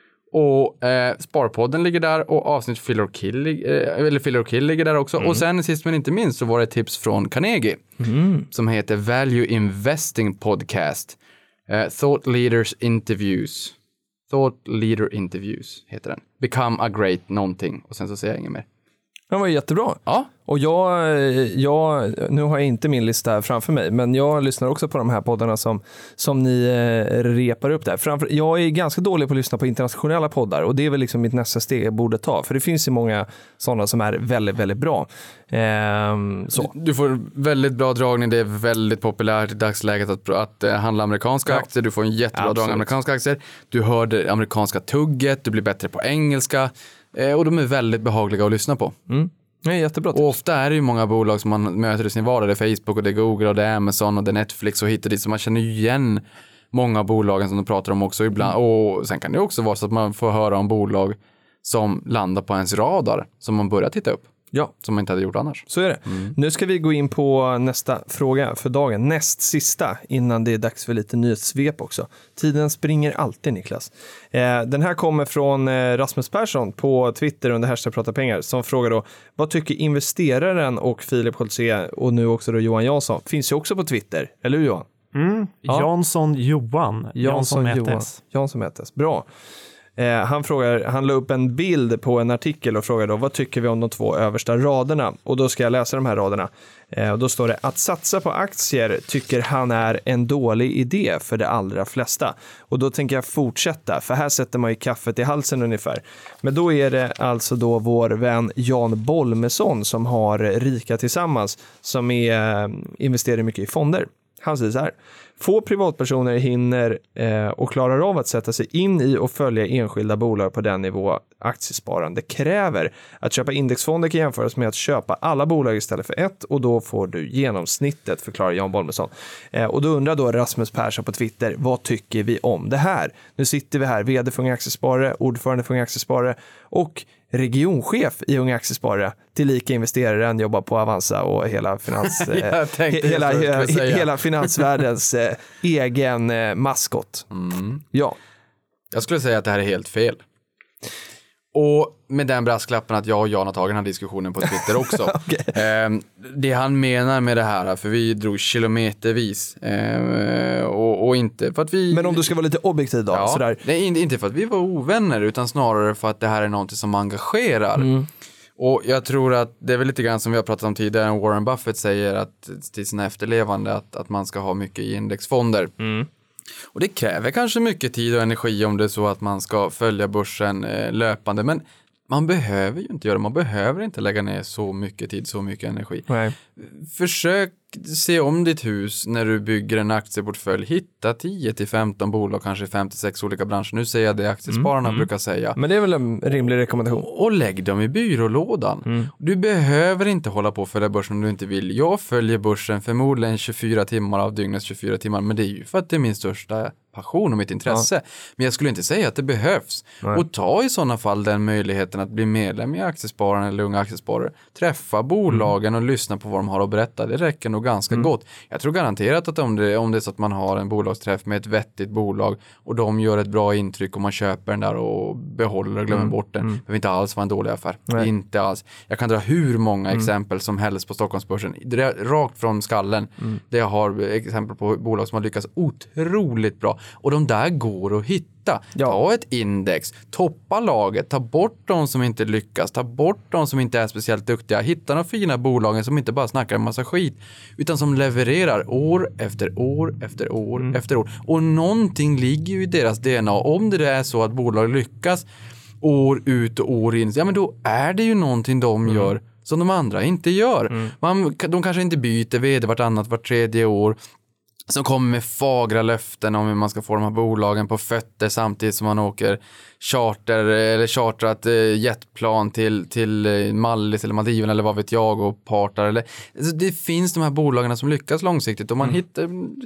och eh, Sparpodden ligger där och avsnitt Fill or Kill, eh, eller Fill or Kill ligger där också. Mm. Och sen sist men inte minst så var det ett tips från Carnegie Mm. som heter Value Investing Podcast. Eh, Thought Leaders Interviews. Thought Leader Interviews heter den. Become a great någonting. Och sen så säger jag inget mer. Den var jättebra. Ja, Och jag, jag, nu har jag inte min lista här framför mig, men jag lyssnar också på de här poddarna som, som ni eh, repar upp där. Framför, jag är ganska dålig på att lyssna på internationella poddar och det är väl liksom mitt nästa steg jag borde ta, för det finns ju många sådana som är väldigt, väldigt bra. Ehm, så. du får väldigt bra dragning. Det är väldigt populärt i dagsläget att, att eh, handla amerikanska Ja. aktier. Du får en jättebra Absolut. dragning amerikanska aktier. Du hör det amerikanska tugget. Du blir bättre på engelska. Eh, och de är väldigt behagliga att lyssna på. Mm. Det är jättebra. Och ofta är det ju många bolag som man möter i sin vardag. Det är Facebook och det är Google och det är Amazon och det är Netflix och hit och dit. Så man känner ju igen många av bolagen som de pratar om också ibland. Mm. Och sen kan det också vara så att man får höra om bolag som landar på ens radar. Som man börjar titta upp. Ja, Som man inte hade gjort annars. så är det. Nu ska vi gå in på nästa fråga för dagen. Näst sista innan det är dags för lite nyhetssvep också. Tiden springer alltid, Niklas. Eh, den här kommer från eh, Rasmus Persson på Twitter under hashtag prata pengar som frågar då, vad tycker investeraren och Filip Holtze och nu också då Johan Jansson? Finns ju också på Twitter, eller hur Johan? Mm. Ja. Jansson Johan. Jansson med ett Johan. S. Jansson med ett S. Bra. Eh, han, frågar, han la upp en bild på en artikel och frågar då, vad tycker vi om de två översta raderna? Och då ska jag läsa de här raderna. Eh, och då står det, att satsa på aktier tycker han är en dålig idé för de allra flesta. Och då tänker jag fortsätta, för här sätter man ju kaffet i halsen ungefär. Men då är det alltså då vår vän Jan Bolmesson som har Rika Tillsammans, som är, investerar mycket i fonder. Han säger så här, Få privatpersoner hinner eh, och klarar av att sätta sig in i och följa enskilda bolag på den nivå aktiesparande kräver. Att köpa indexfonder kan jämföras med att köpa alla bolag istället för ett och då får du genomsnittet, förklarar Jan Bolmesson. Eh, och då undrar då Rasmus Persson på Twitter, vad tycker vi om det här? Nu sitter vi här, vd för Unga Aktiesparare, ordförande för Unga Aktiesparare och regionchef i Unga Aktiesparare, tillika investeraren, jobbar på Avanza och hela finans eh, he, hela, he, hela finansvärldens eh, egen eh, maskot. Mm. Ja. Jag skulle säga att det här är helt fel. Och med den brasklappen att jag och Jan har tagit den här diskussionen på Twitter också. Okay. eh, det han menar med det här, för vi drog kilometervis eh, och, och inte för att vi... Men om du ska vara lite objektiv då? Ja, sådär. Det är inte för att vi var ovänner utan snarare för att det här är något som engagerar. Mm. Och jag tror att det är väl lite grann som vi har pratat om tidigare, Warren Buffett säger att till sina efterlevande att, att man ska ha mycket i indexfonder. Mm. Och det kräver kanske mycket tid och energi om det är så att man ska följa börsen eh, löpande. Men man behöver ju inte göra det. Man behöver inte lägga ner så mycket tid, så mycket energi. Nej. Försök se om ditt hus när du bygger en aktieportfölj. Hitta tio till femton bolag, kanske fem till sex olika branscher. Nu säger jag det aktiespararna mm, brukar säga. Men det är väl en rimlig rekommendation. Och lägg dem i byrålådan. Mm. Du behöver inte hålla på att följa börsen om du inte vill. Jag följer börsen förmodligen tjugofyra timmar av dygnets tjugofyra timmar. Men det är ju för att det är min största passion och mitt intresse. Ja. Men jag skulle inte säga att det behövs. Nej. Och ta i sådana fall den möjligheten att bli medlem i Aktiespararna eller Unga Aktiesparare. Träffa bolagen mm. och lyssna på vad de har att berätta. Det räcker nog ganska mm. gott. Jag tror garanterat att om det, om det är så att man har en bolagsträff med ett vettigt bolag och de gör ett bra intryck och man köper den där och behåller och glömmer mm. bort den. Mm. Det behöver inte alls vara en dålig affär. Nej. Inte alls. Jag kan dra hur många mm. exempel som helst på Stockholmsbörsen. Rakt från skallen. Mm. Där jag har exempel på bolag som har lyckats otroligt bra. Och de där går att hitta. Ja. Ta ett index, toppa laget, ta bort de som inte lyckas, ta bort de som inte är speciellt duktiga, hitta de fina bolagen som inte bara snackar en massa skit utan som levererar år efter år efter år mm. efter år. Och någonting ligger ju i deras D N A. Om det är så att bolag lyckas år ut och år in, ja men då är det ju någonting de mm. gör som de andra inte gör. Mm. Man, de kanske inte byter vd vartannat, vart tredje år. Som kommer med fagra löften om hur man ska få de här bolagen på fötter samtidigt som man åker charter eller chartrat jetplan till, till Mallis eller Maldiven eller vad vet jag och partar. Eller, alltså det finns de här bolagen som lyckas långsiktigt och man mm. hittar...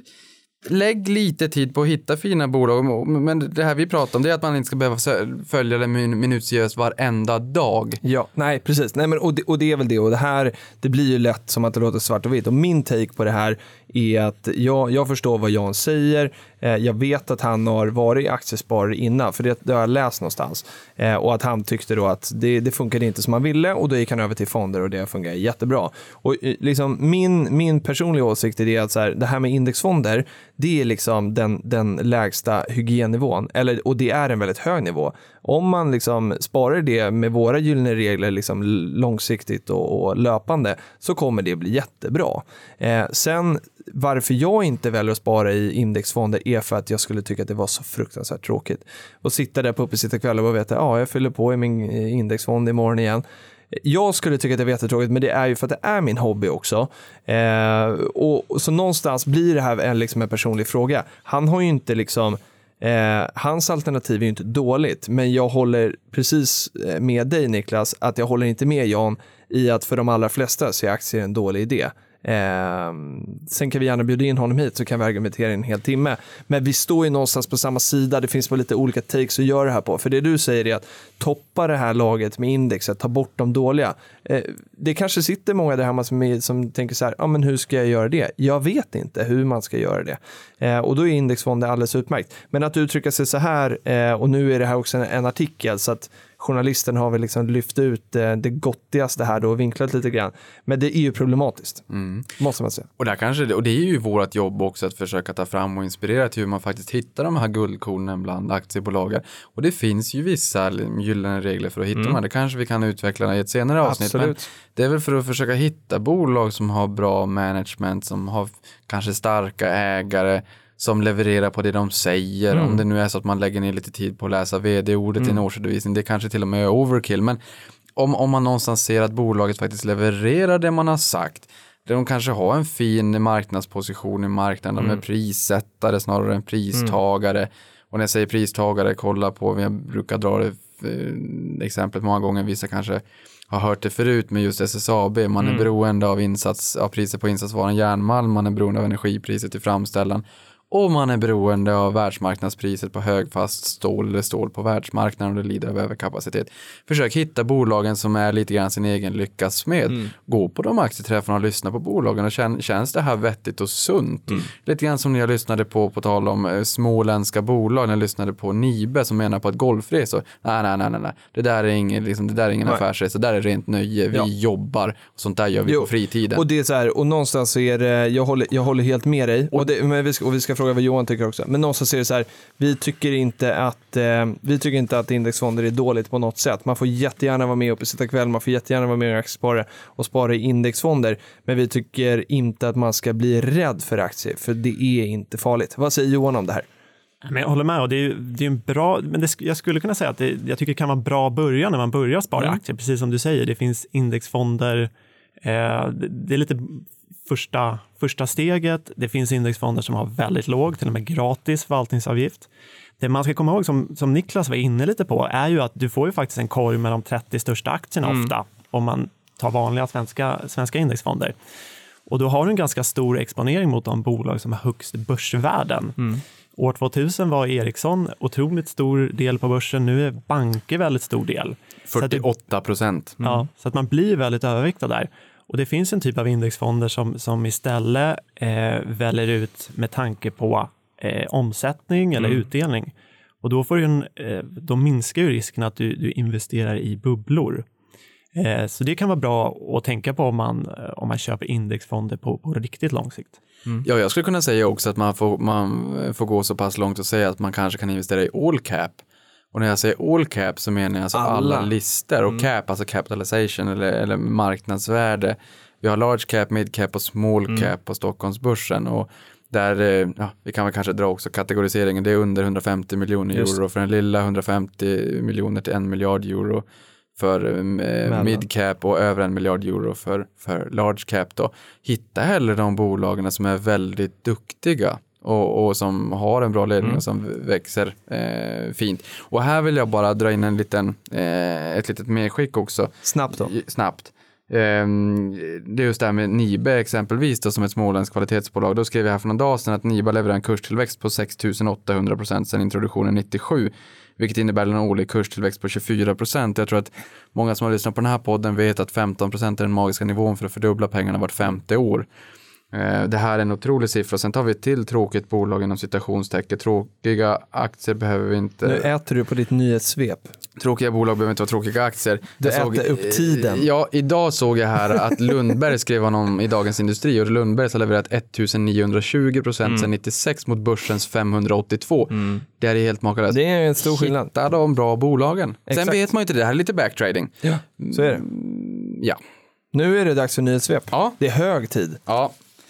Lägg lite tid på att hitta fina bolag. Men det här vi pratar om det är att man inte ska behöva följa det minutiöst varenda dag. Ja, nej precis. Nej, men, och, det, och det är väl det. Och det här, det blir ju lätt som att det låter svart och vitt. Och min take på det här är att jag, jag förstår vad Jan säger. Eh, jag vet att han har varit aktiesparare innan. För det, det har jag läst någonstans. Eh, och att han tyckte då att det, det funkade inte som han ville. Och då gick han över till fonder och det fungerar jättebra. Och liksom min, min personliga åsikt är det att så här, det här med indexfonder, det är liksom den, den lägsta hygiennivån. Eller, och det är en väldigt hög nivå. Om man liksom sparar det med våra gyllene regler liksom långsiktigt och, och löpande så kommer det bli jättebra. Eh, sen varför jag inte väljer att spara i indexfonder är för att jag skulle tycka att det var så fruktansvärt tråkigt. Och sitta där på uppesittarkväll och bara veta, ja jag fyller på i min indexfond imorgon igen. Jag skulle tycka att det är jättetråkigt, men det är ju för att det är min hobby också. Eh, och, och så någonstans blir det här en, liksom en personlig fråga. Han har ju inte liksom, eh, hans alternativ är ju inte dåligt, men jag håller precis med dig Niklas, att jag håller inte med Jan i att för de allra flesta så är aktier en dålig idé. Eh, sen kan vi gärna bjuda in honom hit så kan vi argumentera en hel timme, men vi står ju någonstans på samma sida. Det finns bara lite olika takes att göra det här på, för det du säger är att toppa det här laget med indexet, ta bort de dåliga. eh, det kanske sitter många där hemma som, som tänker så här, ja men hur ska jag göra det? Jag vet inte hur man ska göra det, eh, och då är indexfonder alldeles utmärkt. Men att uttrycka sig så här, eh, och nu är det här också en, en artikel så att journalisten har väl liksom lyft ut eh, det gottigaste här då och vinklat lite grann. Men det är ju problematiskt. Mm. Måste man säga. Och, där kanske, och det är ju vårt jobb också att försöka ta fram och inspirera till hur man faktiskt hittar de här guldkornen bland aktiebolagen. Och det finns ju vissa gyllene regler för att hitta mm. dem här. Det kanske vi kan utveckla i ett senare avsnitt. Absolut. Men det är väl för att försöka hitta bolag som har bra management, som har kanske starka ägare, som levererar på det de säger. Mm. Om det nu är så att man lägger ner lite tid på att läsa vd-ordet mm. i en årsredovisning, det kanske till och med är overkill. Men om, om man någonstans ser att bolaget faktiskt levererar det man har sagt, de kanske har en fin marknadsposition i marknaden. De är mm. prissättare snarare än pristagare. Mm. Och när jag säger pristagare, kolla på, jag brukar dra det exemplet många gånger, vissa kanske har hört det förut med just S S A B. Man är mm. beroende av, insats, av priser på insatsvaran järnmalm, man är beroende av energipriset i framställan och man är beroende av världsmarknadspriset på högfast stål eller stål på världsmarknaden och det lider av överkapacitet. Försök hitta bolagen som är lite grann sin egen lyckas med. Mm. Gå på de aktieträffarna och lyssna på bolagen och känn, känns det här vettigt och sunt? Mm. Lite grann som när jag lyssnade på på tal om eh, småländska bolag, när jag lyssnade på Nibe som menar på att golfresor. Nej, nej, nej, nej, nej. Det där är ingen, liksom, det där är ingen affärsresa, det där är rent nöje. Vi ja. jobbar och sånt där gör vi jo. på fritiden. Och det är så här, och någonstans så är det, jag håller, jag håller helt med dig. Och, det, men vi ska, och vi ska fråga vad Johan tycker också. Men någonstans är det så här, vi tycker inte att eh, vi tycker inte att indexfonder är dåligt på något sätt. Man får jättegärna vara med uppe i sitta kväll, man får jättegärna vara med i aktiesparare och spara i indexfonder. Men vi tycker inte att man ska bli rädd för aktier, för det är inte farligt. Vad säger Johan om det här? Men jag håller med, och det är, det är en bra, men det, jag skulle kunna säga att det, jag tycker det kan vara bra början när man börjar spara mm. aktier, precis som du säger. Det finns indexfonder, eh, det, det är lite första, första steget. Det finns indexfonder som har väldigt låg, till och med gratis förvaltningsavgift. Det man ska komma ihåg, som, som Niklas var inne lite på, är ju att du får ju faktiskt en korg med de trettio största aktierna mm. ofta, om man tar vanliga svenska, svenska indexfonder. Och då har du en ganska stor exponering mot de bolag som har högst börsvärden. Mm. År tvåtusen var Ericsson otroligt stor del på börsen. Nu är banker väldigt stor del. fyrtioåtta procent. Mm. Ja, så att man blir väldigt överviktad där. Och det finns en typ av indexfonder som, som istället eh, väljer ut med tanke på eh, omsättning eller mm. utdelning. Och då, får du en, eh, då minskar ju risken att du, du investerar i bubblor. Eh, så det kan vara bra att tänka på om man, om man köper indexfonder på, på riktigt lång sikt. Mm. Ja, jag skulle kunna säga också att man får, man får gå så pass långt och säga att man kanske kan investera i all cap. Och när jag säger all cap så menar jag alltså alla, alla listor. Och mm. cap, alltså capitalization eller, eller marknadsvärde. Vi har large cap, mid cap och small mm. cap på Stockholmsbörsen. Och där, ja, vi kan väl kanske dra också kategoriseringen. Det är under hundrafemtio miljoner euro. Just. För den lilla hundrafemtio miljoner till en miljard euro för eh, mid cap och över en miljard euro för, för large cap då. Hitta hellre de bolagen som är väldigt duktiga och, och som har en bra ledning mm. och som växer eh, fint. Och här vill jag bara dra in en liten, eh, ett litet medskick också. Snabbt då? Snabbt. Eh, det är just det här med Nibe exempelvis då, som ett småländskt kvalitetsbolag. Då skrev jag här för någon dag sedan att Nibe levererar en kurstillväxt på sex tusen åttahundra procent sedan introduktionen nittiosju. Vilket innebär en årlig kurstillväxt på tjugofyra procent. Jag tror att många som har lyssnat på den här podden vet att femton procent är den magiska nivån för att fördubbla pengarna vart femte år. Det här är en otrolig siffra. Sen tar vi ett till tråkigt bolag inom citationstecken. Tråkiga aktier behöver vi inte... Nu äter du på ditt nyhetssvep. Tråkiga bolag behöver inte vara tråkiga aktier. Du äter såg, upp tiden. Ja, idag såg jag här att Lundberg skrev honom i Dagens Industri. Och Lundberg har levererat ettusenniohundratjugo procent mm. sedan nittiosex mot börsens femhundraåttiotvå. Mm. Det är helt makalöst. Det är en stor skillnad. Hitta de bra bolagen. Exakt. Sen vet man ju inte, det här är lite backtrading. Ja, så är det. Ja. Nu är det dags för nyhetssvep. Ja. Det är hög tid. Ja.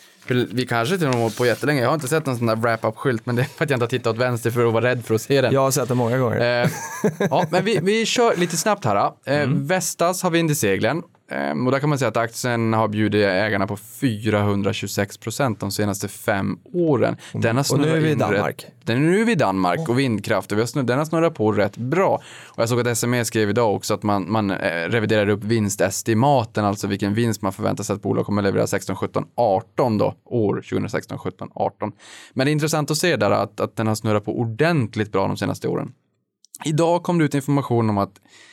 Vi kanske inte har hållit på jättelänge. Jag har inte sett någon sån där wrap-up-skylt, men det är för att jag inte har tittat åt vänster för att vara rädd för att se den. Jag har sett den många gånger. Eh, ja, men vi, vi kör lite snabbt här. Eh, mm. Vestas har vind i seglen. Eh, och där kan man säga att aktien har bjudit ägarna på fyrahundratjugosex procent de senaste fem åren. Den har och nu är vi i Danmark. Rätt, den, nu är vi i Danmark oh. och vindkraft. Och vi har snurrat, den har snurrat på rätt bra. Och jag såg att S M E skrev idag också att man, man eh, reviderar upp vinstestimaten. Alltså vilken vinst man förväntar sig att bolag kommer att leverera sexton, sjutton, arton då. År tjugohundrasexton, sjutton, arton. Men det är intressant att se där att, att den har snurrat på ordentligt bra de senaste åren. Idag kom det ut information om att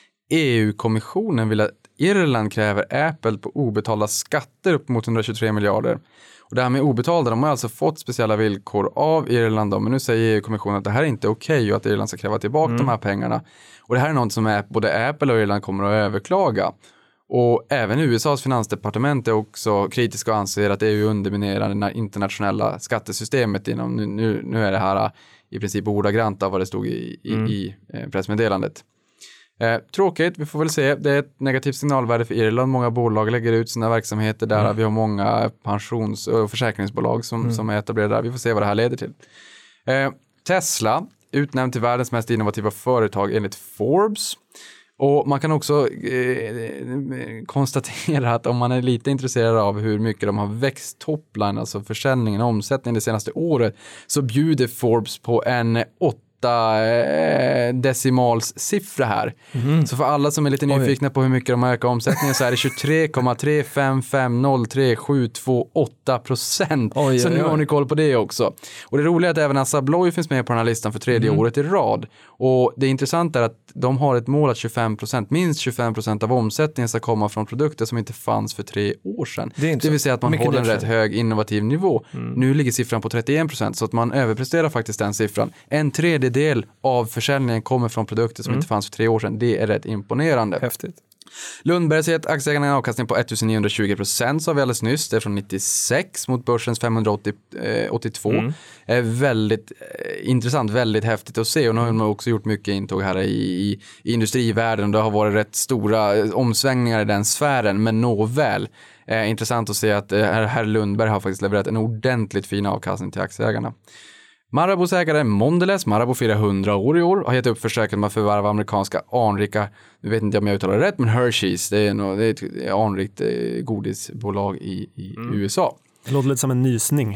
E U-kommissionen vill att Irland kräver Apple på obetalda skatter upp mot hundratjugotre miljarder. Och det här med obetalda, de har alltså fått speciella villkor av Irland då, men nu säger E U-kommissionen att det här är inte okej och att Irland ska kräva tillbaka mm. de här pengarna. Och det här är något som både Apple och Irland kommer att överklaga. Och även U S A:s finansdepartement är också kritiska och anser att E U underminerar det internationella skattesystemet inom, nu, nu, nu är det här i princip ordagrant av vad det stod i, i, mm. i pressmeddelandet. Eh, tråkigt, vi får väl se. Det är ett negativt signalvärde för Irland. Många bolag lägger ut sina verksamheter där. Mm. Vi har många pensions- och försäkringsbolag som, mm. som är etablerade där. Vi får se vad det här leder till. Eh, Tesla, utnämnd till världens mest innovativa företag enligt Forbes. Och man kan också eh, konstatera att om man är lite intresserad av hur mycket de har växt topline, alltså försäljningen och omsättningen det senaste året, så bjuder Forbes på en åtta decimals siffra här. Mm. Så för alla som är lite nyfikna på hur mycket de har ökat omsättningen så är det tjugotre komma tre fem fem noll tre sju två åtta procent. Oj, så oj, nu har ni koll på det också. Och det roliga är att även Assa Abloy finns med på den här listan för tredje mm. året i rad. Och det intressanta är att de har ett mål att tjugofem procent, minst tjugofem procent av omsättningen ska komma från produkter som inte fanns för tre år sedan. Det, det vill säga att man håller en rätt hög innovativ nivå. Mm. Nu ligger siffran på trettioen procent så att man överpresterar faktiskt den siffran. En tredjedel av försäljningen kommer från produkter som mm. inte fanns för tre år sedan. Det är rätt imponerande. Häftigt. Lundberg säger att aktieägarna har en avkastning på ettusenniohundratjugo procent, sa vi alldeles nyss. Det är från nittiosex mot börsens femhundraåttiotvå. Mm. Det är väldigt eh, intressant, väldigt häftigt att se. Och nu har man också gjort mycket intåg här i, i, i industrivärlden. Det har varit rätt stora omsvängningar i den sfären, men nåväl. Eh, intressant att se att eh, herr Lundberg har faktiskt levererat en ordentligt fin avkastning till aktieägarna. Marabous ägare Mondelez, Marabou firar hundra år i år, har gett upp försöket med att förvärva amerikanska anrika, nu vet inte om jag uttalar det rätt, men Hershey's, det är, no, det är ett anrikt eh, godisbolag i, i mm. U S A. Det låter lite som en nysning.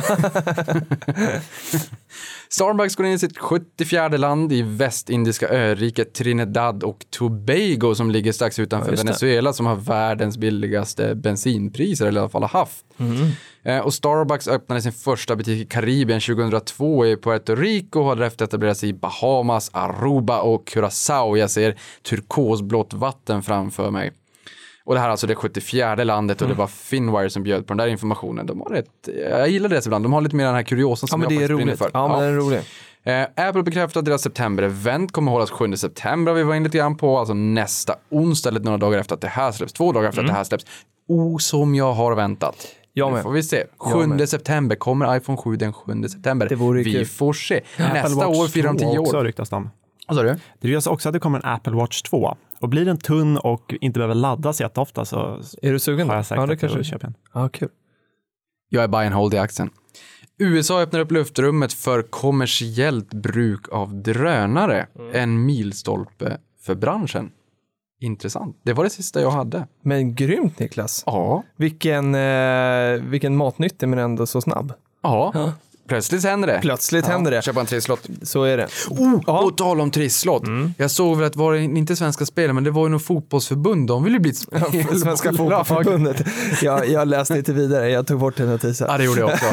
Starbucks går in i sitt sjuttiofjärde land i västindiska öriket Trinidad och Tobago som ligger strax utanför ja, Venezuela som har världens billigaste bensinpriser, eller i alla fall har haft. Mm. Eh, och Starbucks öppnade sin första butik i Karibien tjugohundratvå i Puerto Rico och har därefter etablerat sig i Bahamas, Aruba och Curaçao. Jag ser turkosblått vatten framför mig. Och det här är alltså det sjuttiofjärde landet och mm. det var Finwire som bjöd på den där informationen. De har rätt, jag gillar det ibland. De har lite mer den här kuriosan som ja, men jag det är roligt. För. Ja, men det är roligt. Eh, Apple bekräftar att deras september-event kommer hållas sjunde september. Vi var in lite grann på alltså nästa onsdag eller några dagar efter att det här släpps. Två dagar efter mm. att det här släpps. Oh, som jag har väntat. Jag med. Nu får vi se. sjunde september. Kommer iPhone sju den sjunde september? Det vore vi kul. får se. Ja. Nästa år firar de tio år. Också ryktas de. Vad sa du? Det ryktas också att det kommer en Apple Watch två. Och blir den tunn och inte behöver laddas jätteofta så är du sugen? Har jag sagt ja, det att kanske jag köper en. Ja, kul. Jag är buy and hold i aktien. U S A öppnar upp luftrummet för kommersiellt bruk av drönare. Mm. En milstolpe för branschen. Intressant. Det var det sista jag hade. Men grymt, Niklas. Ja. Vilken, eh, vilken matnyttig men ändå så snabb. Ja. ja. Plötsligt händer det. Plötsligt ja. händer det. Köpa en trisslott. Så är det. Oh, ja. Och tal om trisslott. Mm. Jag såg väl att det var inte Svenska Spel, men det var ju något fotbollsförbund. De ville bli ja, Svenska fotbollsförbundet. Jag, jag läste inte vidare. Jag tog bort den notisen. Ja, det gjorde jag också.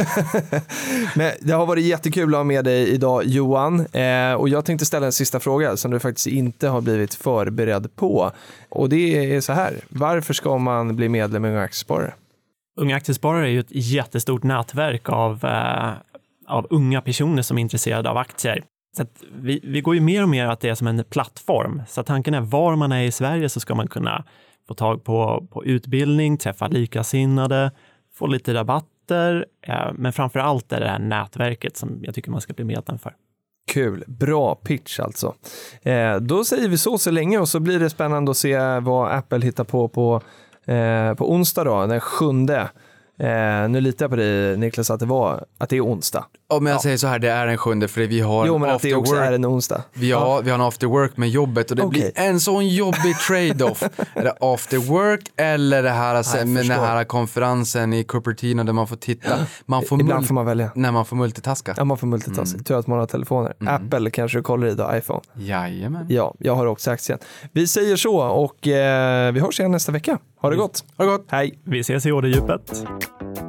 Men det har varit jättekul att ha med dig idag, Johan. Eh, och jag tänkte ställa en sista fråga som du faktiskt inte har blivit förberedd på. Och det är så här. Varför ska man bli medlem i Unga Aktiesparare? Unga Aktiesparare är ju ett jättestort nätverk av eh, av unga personer som är intresserade av aktier. Så att vi, vi går ju mer och mer att det är som en plattform. Så tanken är var man är i Sverige så ska man kunna få tag på, på utbildning, träffa likasinnade, få lite rabatter. Eh, men framför allt är det här nätverket som jag tycker man ska bli medlem för. Kul, bra pitch alltså. Eh, då säger vi så så länge och så blir det spännande att se vad Apple hittar på på, eh, på onsdag då, den sjunde. Eh, nu litar jag på dig, Niklas, att det var att det är onsdag. Ja, men jag ja. säger så här, det är en sjunde för vi har jo, men att det också work. Är en onsdag. Vi har, ja. vi har en after work med jobbet och det okay. blir en sån jobbig trade-off. Är det after work eller det här med den här konferensen i Cupertino där man får titta. Man får Ibland mul- får man välja. När man får multitaska. Ja, man får multitaska. Mm. Tur att man har telefoner. Mm. Apple kanske du kollar i då, iPhone. Jajamän. Ja, jag har också aktien. Vi säger så och eh, vi hörs igen nästa vecka. Ha det gott. Ha det gott. Hej. Vi ses i Orderdjupet.